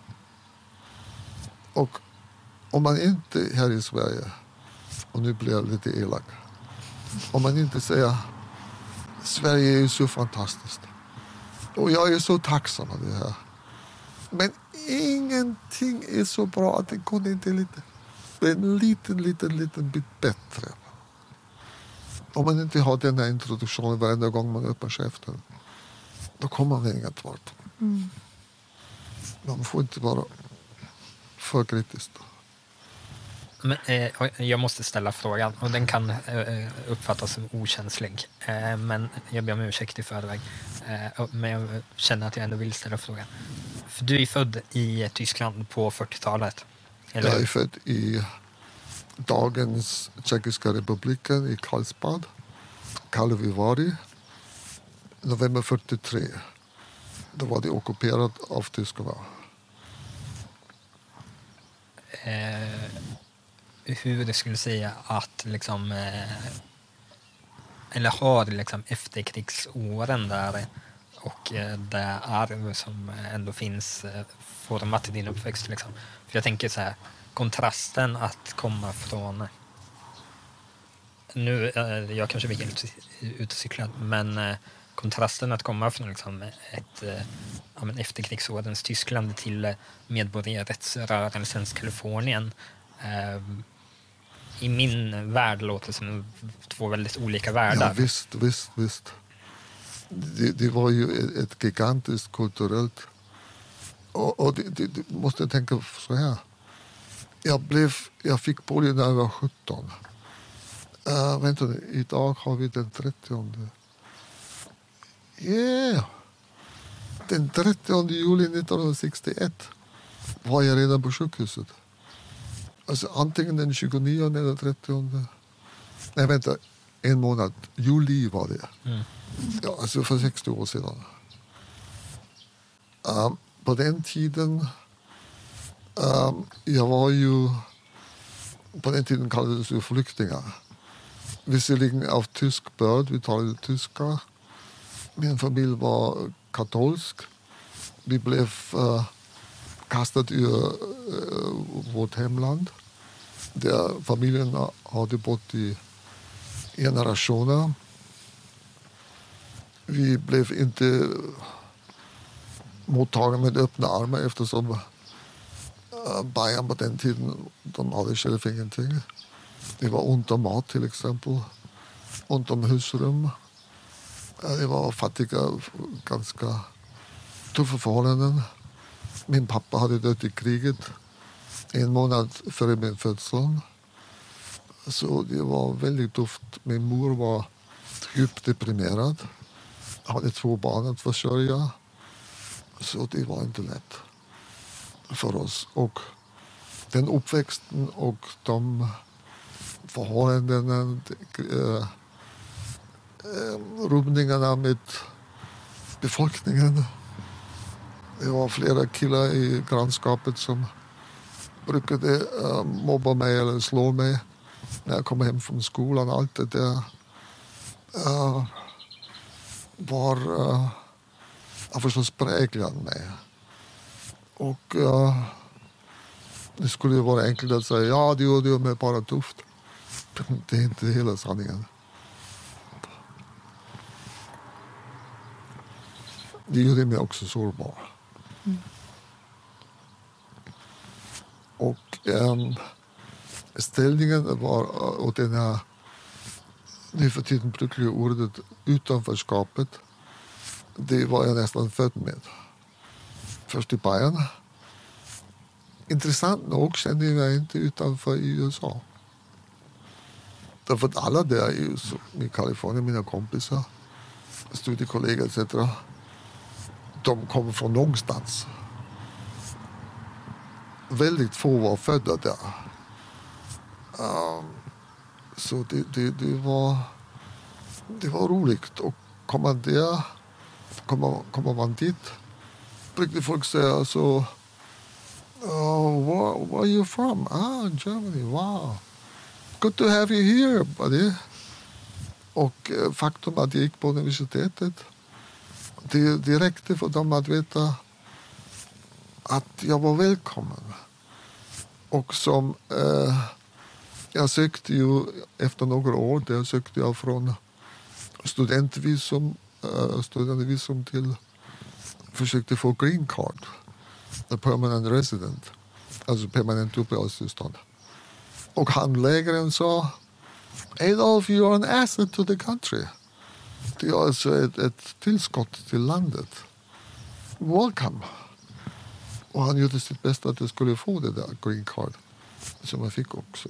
Och om man inte här i Sverige, och nu blir jag lite elak, om man inte säger Sverige är ju så fantastiskt och jag är så tacksam för det här, men ingenting är så bra att det kunde inte lite bli en liten, liten, liten bit bättre. Om man inte har den här introduktionen varenda gång man öppnar käften, då kommer man inget vart. Mm. Man får inte vara för kritisk. Men, eh, jag måste ställa frågan, och den kan eh, uppfattas som okänslig. Eh, men jag ber om ursäkt i förväg. Eh, men jag känner att jag ändå vill ställa frågan. För du är född i Tyskland på fyrtiotalet. Eller? Jag är född i dagens Tjeckiska republiken i Karlsbad, Karlovy Vary, november fyrtiotre. Då var det ockuperat av tyskarna. Eh, hur det skulle säga att liksom eh, eller har liksom efterkrigsåren där och eh, det arv som ändå finns eh, format i din uppväxt liksom. För jag tänker så här, kontrasten att komma från nu, eh, jag kanske vill ut, ut och cykla, men eh, kontrasten att komma från liksom ett eh, ja, men efterkrigsårens Tyskland till medborgarrättsrörelsens Kalifornien eh, i min värld låter som två väldigt olika världar. Ja, visst, visst, visst. Det, det var ju ett gigantiskt kulturellt. Och, och det, det, det måste jag tänka så här. Jag, blev, jag fick polio när jag var sjutton. Uh, vänta nu, idag har vi den trettionde. Yeah. Den trettionde juli nittonhundrasextioett var jag redan på sjukhuset. Alltså antingen den tjugonionde eller trettionde. Nej, vänta. En månad. Juli var det. Mm. Ja, alltså för sextio år sedan. Um, på den tiden... Um, jag var ju... På den tiden kallades det flyktingar. Visserligen av tysk börd. Vi talade tyska. Min familj var katolsk. Vi blev uh, kastade ur uh, vårt hemland. Där familjerna hade bott i generationer. Vi blev inte mottagna med öppna armar eftersom uh, Bayern på den tiden, de hade själv ingenting. Det var ont om mat till exempel. Ont om husrum. Det var fattiga, ganska tuffa förhållanden. Min pappa hade dött i kriget en månad före min födsel. Så det var väldigt tufft. Min mor var djupt deprimerad. Jag hade två barn att försörja. Så det var inte lätt för oss. Och den uppväxten och de förhållandena, äh, rubbningarna med befolkningen. Det var flera killar i grannskapet som brukade uh, mobba mig eller slå mig när jag kom hem från skolan. Allt det där uh, var uh, har förstås präglat mig. Och uh, det skulle ju vara enkelt att säga ja, det gjorde ju mig bara tufft. Men det är inte hela sanningen. Det gjorde mig också sårbar. Mm. Och um, ställningen var, och den här, nu för tiden brukar jag ordet utanförskapet, det var jag nästan född med. Först i Bayern. Intressant nog kände jag inte utanför i U S A. Därför att alla där i, i Kalifornien, mina kompisar, studiekollegor et cetera, de kommer från någonstans. Väldigt få var födda där. Um, så det, det, det, var, det var roligt. Och kommer man där, kommer, kommer man dit, brukar folk säga så, oh, where, where are you from? Ah, Germany, wow. Good to have you here, buddy. Och faktum att jag gick på universitetet, det, det räckte för dem att veta att jag var välkommen. Och som eh, jag sökte ju efter några år, där sökte jag från studentvisum, eh, studentvisum till, försökte få green card, a permanent resident, alltså permanent uppehållstillstånd. Och handläggaren sa, Adolf, you are an asset to the country. Det är alltså ett, ett tillskott till landet. Welcome. Och han gjorde sitt bästa att jag skulle få det där green card som jag fick också.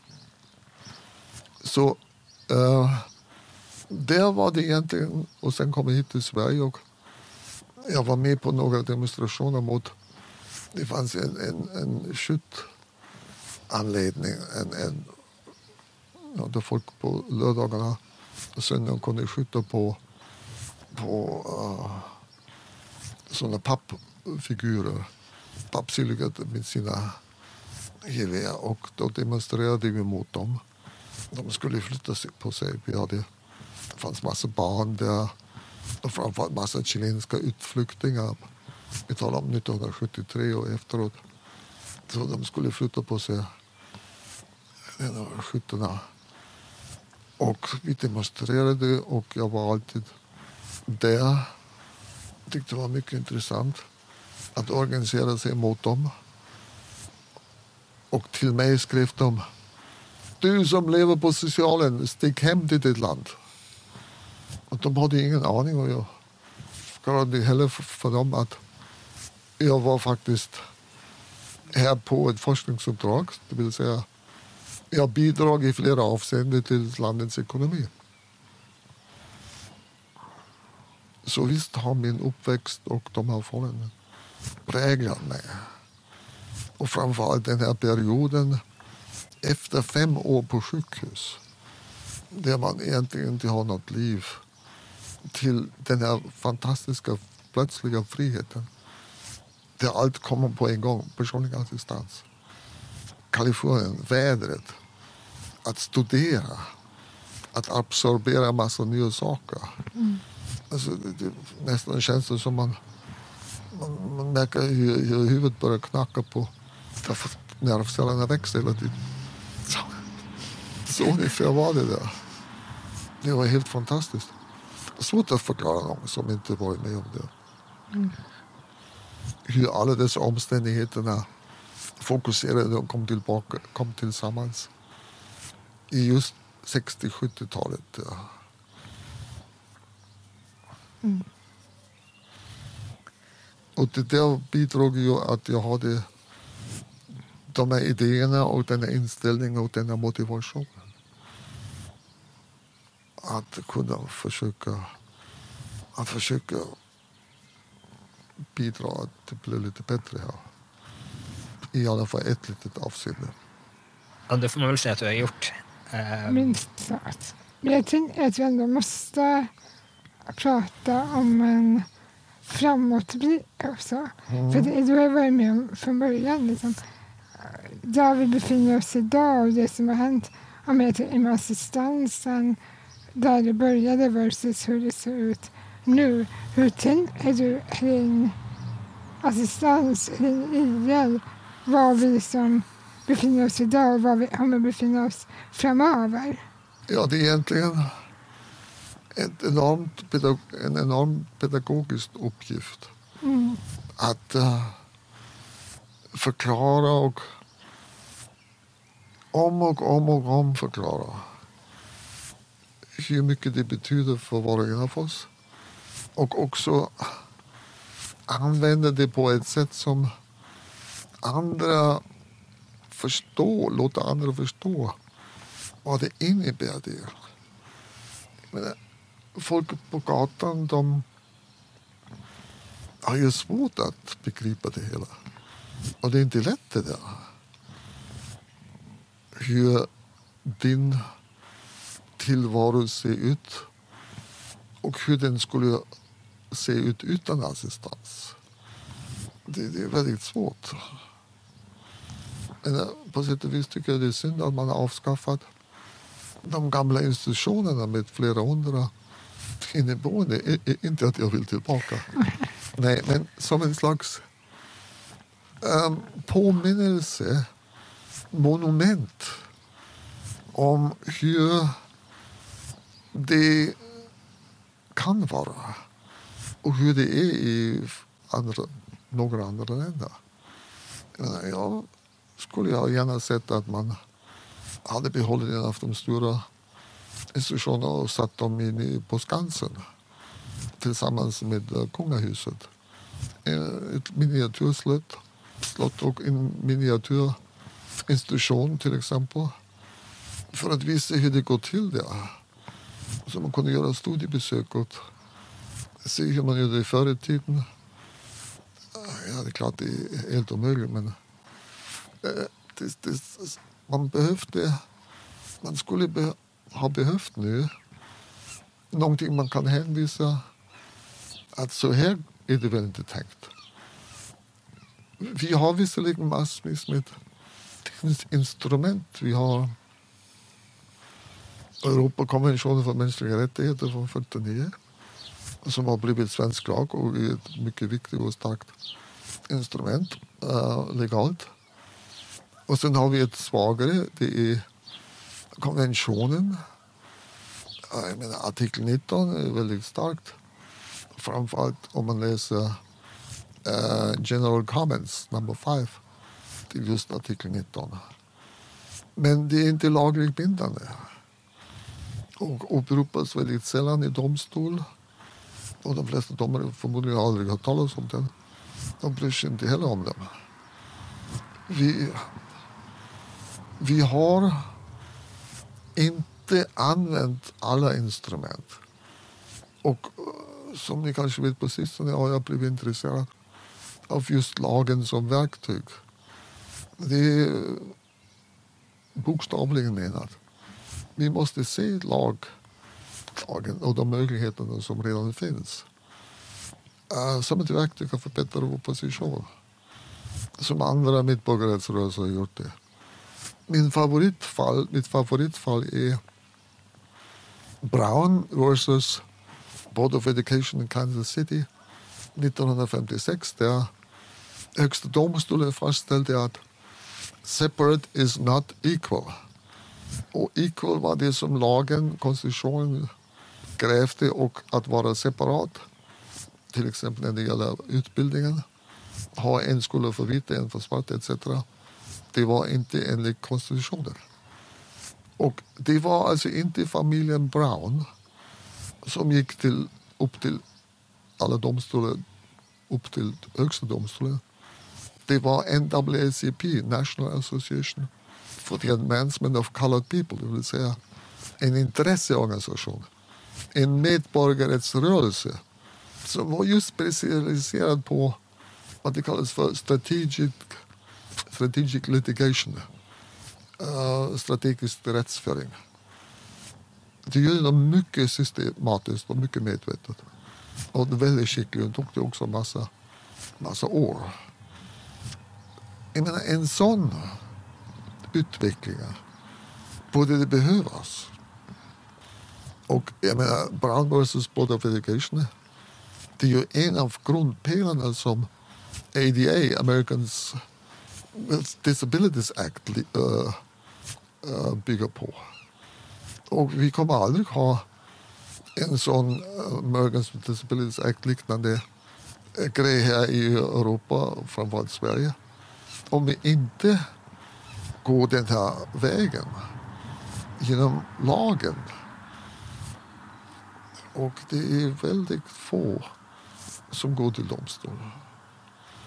Så uh, där var det egentligen, och sen kom jag hit till Sverige och jag var med på några demonstrationer mot, det fanns en, en, en skyttanledning, en, en ja, där folk på lördagarna och söndagen kunde skjuta på, på uh, sådana pappfigurer, pappsilhuetter med sina gevär. Och då demonstrerade vi mot dem. De skulle flytta på sig. Vi hade, det fanns massa barn där och framförallt massa chilenska utflyktingar. Vi talar om nittonhundrasjuttiotre och efteråt. Så de skulle flytta på sig, skyttarna. Och vi demonstrerade och jag var alltid där. Jag tyckte det var mycket intressant att organisera sig mot dem. Och till mig skrev de, du som lever på socialen, stick hem till ditt land. Och de hade ingen aning och jag förklarade heller för dem att jag var faktiskt här på ett forskningsuppdrag, det vill säga jag bidrar i flera avseenden till landets ekonomi. Så visst har min uppväxt och de här förhållandena präglat mig. Och framförallt den här perioden efter fem år på sjukhus där man egentligen inte har något liv till den här fantastiska plötsliga friheten där allt kommer på en gång, personlig assistans. Kalifornien, vädret, att studera, att absorbera en massa nya saker. Mm. Alltså, det, det nästan känns det som man, man, man märker hur, hur huvudet börjar knacka på därför nervcellerna växer hela tiden. Så, så ungefär var det där. Det var helt fantastiskt. Svårt att förklara någon som inte varit med om det. Mm. Hur alla dessa omständigheterna fokuserade och kom tillbaka, kom tillsammans i just sextio-sjuttiotalet. Ja. Mm. Och det där bidrog ju att jag hade de här idéerna och den här inställningen och den här motivationen. Att kunna försöka att försöka bidra att det blir lite bättre här. I alla fall ett litet avseende. Ja, det får man väl säga att du har gjort. Uh... Minst sagt. Men jag tänker att vi ändå måste prata om en framåtblick också. Mm. För det, du har varit med om från början. Liksom, där vi befinner oss idag och det som har hänt med assistansen. Där det började versus hur det ser ut nu. Hur tänker du kring assistans, kring I L? Var vi som befinner oss idag och var vi kommer befinna oss framöver? Ja, det är egentligen ett enormt pedagog- en enorm pedagogisk uppgift. Mm. Att uh, förklara och om och om och om förklara hur mycket det betyder för var och en av oss. Och också använda det på ett sätt som andra förstår, låta andra förstå vad det innebär det. Men folk på gatan, de har ju svårt att begripa det hela. Och det är inte lätt det där. Hur din tillvaro ser ut och hur den skulle se ut utan assistans. Det, det är väldigt svårt. Men på sätt och vis tycker jag det är synd att man har avskaffat de gamla institutionerna med flera hundra inneboende. Inte att jag vill tillbaka. Nej, men som en slags um, påminnelse, monument om hur det kan vara och hur det är i andra, några andra länder. Jag skulle jag gärna sett att man hade behållit en av de stora institutionerna och satt dem in på Skansen tillsammans med kungahuset. Ett miniatyrslott slott och en miniatyrinstitution till exempel. För att visa hur det går till där. Så man kunde göra studiebesök och se hur man gjorde det förr i tiden. Ja, det är klart det är helt omöjligt, men det, det, man behövde, man skulle be, ha behövt nu någonting man kan hänvisa att så här är det väl inte tänkt. Vi har visserligen massvis med instrument. Vi har Europakonventionen för mänskliga rättigheter från fyrtionio som har blivit svensk lag och är ett mycket viktigt och starkt instrument uh, legalt. Och sen har vi ett svagare, det är konventionen. Jag menar, artikel nitton är väldigt starkt. Framförallt om man läser uh, General Comments number five till just artikel nitton. Men det är inte lagligt bindande. Och åberopas väldigt sällan i domstol. Och de flesta domare förmodligen aldrig har talat om den. De bryr sig inte heller om den. Vi, vi har inte använt alla instrument. Och som ni kanske vet på sistone har jag blivit intresserad av just lagen som verktyg. Det är bokstavligen menat. Vi måste se lag, lagen och de möjligheterna som redan finns uh, som ett verktyg att förbättra vår position. Som andra medborgarrättsrörelser har gjort det. Min favoritfall, mitt favoritfall är Brown versus Board of Education in Kansas City nittonhundrafemtiosex, där högsta domstolen fastställde att separate is not equal. Och equal var det som lagen, konstitutionen krävde, och att vara separat, till exempel när det gäller utbildningen, ha en skola för vita, en för svarta et cetera. Det var inte enligt konstitutionen. Och det var alltså inte familjen Brown som gick till, upp till alla domstolar, upp till högsta domstolen. Det var N double A C P, National Association for the Advancement of Colored People, det vill säga en intresseorganisation, en medborgarrättsrörelse som var just specialiserad på vad det kallas för strategic, strategic litigation, uh, strategisk rättsföring. Det gjorde de mycket systematiskt och mycket medvetet. Och väldigt skickligt. Det tog det också massa, massa år. Jag menar, en sån utveckling borde det behövas. Och jag menar, Brown versus Board of Education, det är ju en av grundpelarna som A D A, Americans Disabilities Act, uh, uh, bygger på. Och vi kommer aldrig ha en sån Americans Disabilities Act-liknande grej här i Europa, framförallt Sverige, om vi inte går den här vägen genom lagen. Och det är väldigt få som går till domstol.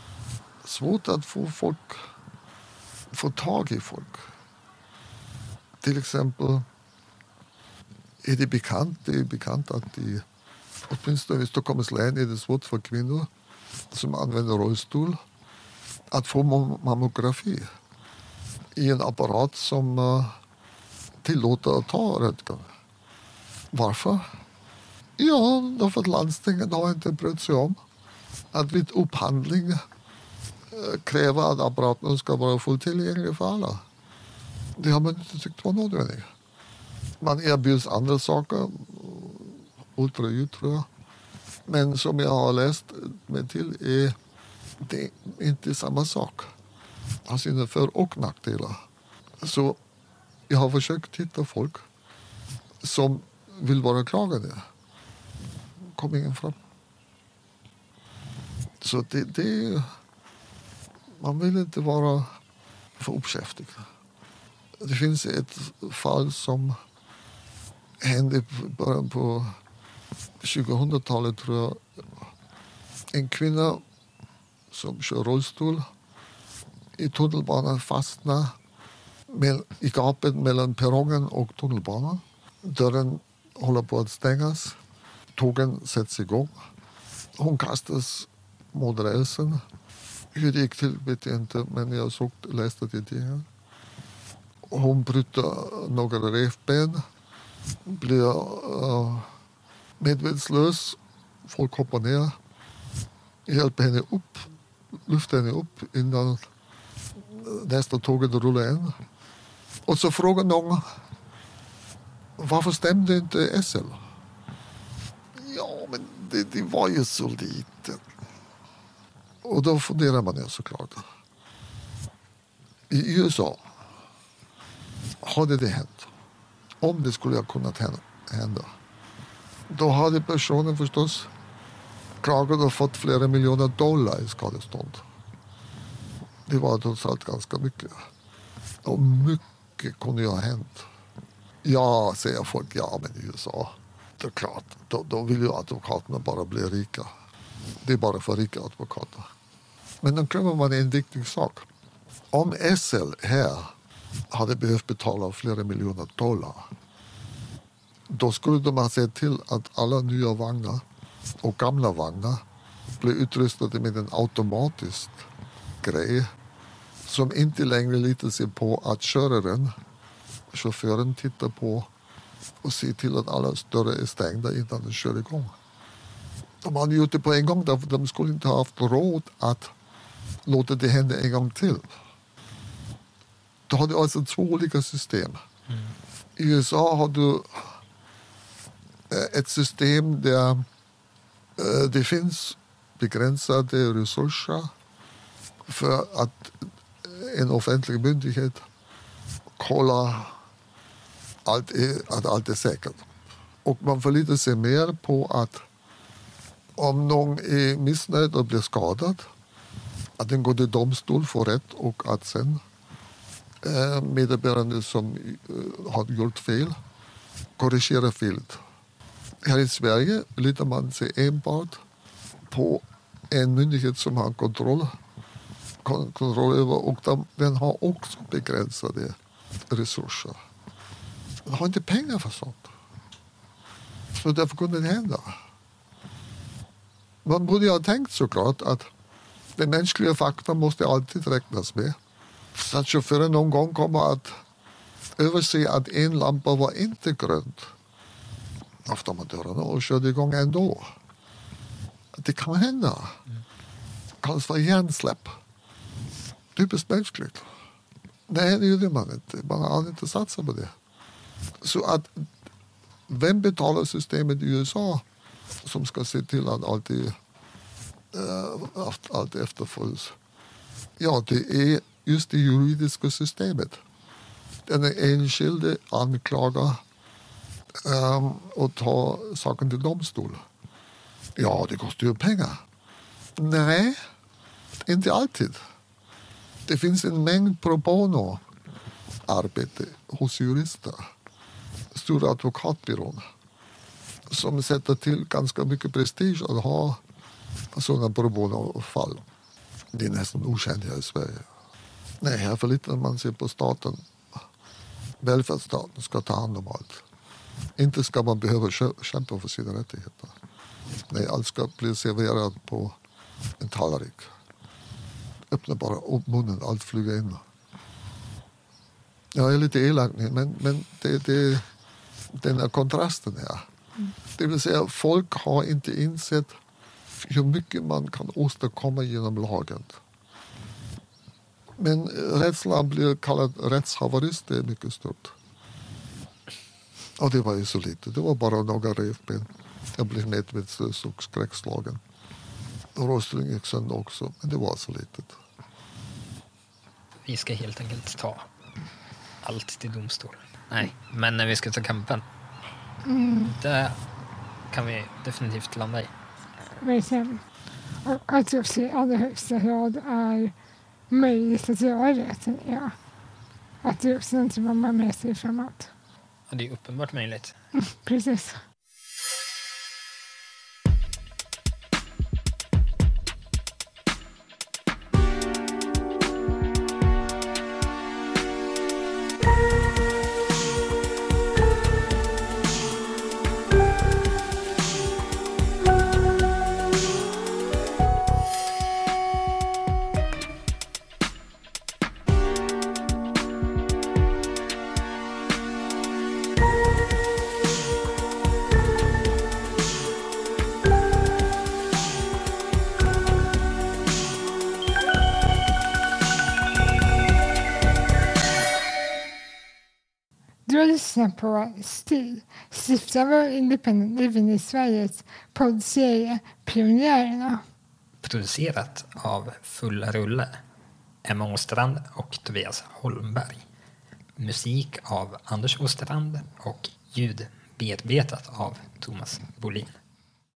Svårt att få folk, få tag i folk. till exempel är det bekant, det är bekant att i, åtminstone i Stockholms län är det svårt för kvinnor som använder rullstol att få mammografi i en apparat som uh, tillåter att ta röntgen. Varför? Ja, därför att landstingen har inte brytt sig om att vid upphandling uh, kräva att apparaten ska vara fullt tillgänglig för alla. Det har man inte tyckt var nödvändigt. Man erbjuds andra saker, ultraljud tror jag. Men som jag har läst mig till är det inte samma sak. Det har sina för- och nackdelar. Så jag har försökt hitta folk som vill vara klagade. Kom ingen fram. Så det, det man vill inte vara för uppkäftig. Det finns ett fall som hände i början på tjugohundratalet tror jag. En kvinna som kör rullstol i tunnelbanan fastnar med, i gapet mellan perrongen och tunnelbanan. Dörren håller på att stängas. Tågen sätts igång. Hon kastas mot rälsen. Hur det gick till vet jag inte, men jag såg, läste det i tidningen. Hon bryter några revben, blir uh, medvetslös. Folk hoppar ner, hjälper henne upp, lyfter henne upp innan nästa tåget rullar in. Och så frågar någon, varför stämde inte S L? Ja, men det, det var ju så lite. Och då funderar man ju såklart. I U S A hade det hänt. Om det skulle ha kunnat hända. Då hade personen förstås klagat och fått flera miljoner dollar i skadestånd. Det var trots allt ganska mycket. Och mycket kunde ju ha hänt. Ja, säger folk, ja men i U S A, det är klart, då, då vill ju advokaterna bara bli rika. Det är bara för rika advokater. Men då glömmer man en viktig sak. Om S L här hade behövt betala flera miljoner dollar, då skulle de ha sett till att alla nya vagnar och gamla vagnar blev utrustade med en automatisk grej som inte längre litar sig på att köraren, chauffören tittar på och ser till att alla dörrar är stängda innan den kör igång. De hade gjort det på en gång därför de skulle inte ha haft råd att låta det hända en gång till. Då har du alltså två olika system. Mm. I U S A har du ett system där det finns begränsade resurser för att en offentlig myndighet kollar allt är, att allt är säkert. Och man förlitar sig mer på att om någon är missnöjd och blir skadad, att den går till domstol får rätt och att sen eh, medborgare som eh, har gjort fel korrigerar felet. Här i Sverige litar man sig enbart på en myndighet som har kontroll, kontroll över och de, den har också begränsade resurser. Den har inte pengar för sånt. Så därför kunde det hända. Man borde ju ha tänkt såklart att den mänskliga faktorn måste alltid räknas med. Så att chauffören någon gång kommer att överse att en lampa var inte grönt. Efter man dörrarna och körde igång ändå. Det kan hända. Det kallas för hjärnsläpp. Typiskt mänskligt. Nej, det gjorde man inte. Man har inte satsat på det. Så att vem betalar systemet i U S A som ska se till att allt, är, äh, allt efterföljs? Ja, det är just det juridiska systemet. Den enskilde anklagar um, och tar saken till domstol. Ja, det kostar ju pengar. Nej, inte alltid. Det finns en mängd pro bono arbete hos jurister, stora advokatbyrån, som sätter till ganska mycket prestige att ha sådana pro bono-fall. Det är nästan okänt här i Sverige. Nej, här förlitar man sig på staten välfärdsstaten ska ta hand om allt. Inte ska man behöva kämpa för sina rättigheter. Nej, allt ska bli serverat på en tallrik. Öppna bara upp munnen, allt flyger in. Jag är lite elak, men, men det, det, den här kontrasten här. Det vill säga, folk har inte insett hur mycket man kan åstadkomma genom lagen. Men rädslan blir kallad rättshaverist, det är mycket stort. Och det var ju så lite, det var bara några revben. Jag blev medvetslös och skräckslagen. Rösten gick sönder också, men det var så litet. Vi ska helt enkelt ta allt till domstol. Nej, men när vi ska ta kampen, mm. det kan vi definitivt landa i. Verkligen. Och att också i allra högsta grad är möjligt att göra det, ja. Att det också inte var man med sig framåt. Ja, det är uppenbart möjligt. Mm, precis. Du har lyssnat på STIL, Stiftelsen för Independent Living i Sveriges poddserie Pionjärerna. Producerat av Fulla Rulle, Emma Åstrand och Tobias Holmberg. Musik av Anders Åstrand och ljud bearbetat av Thomas Bolin.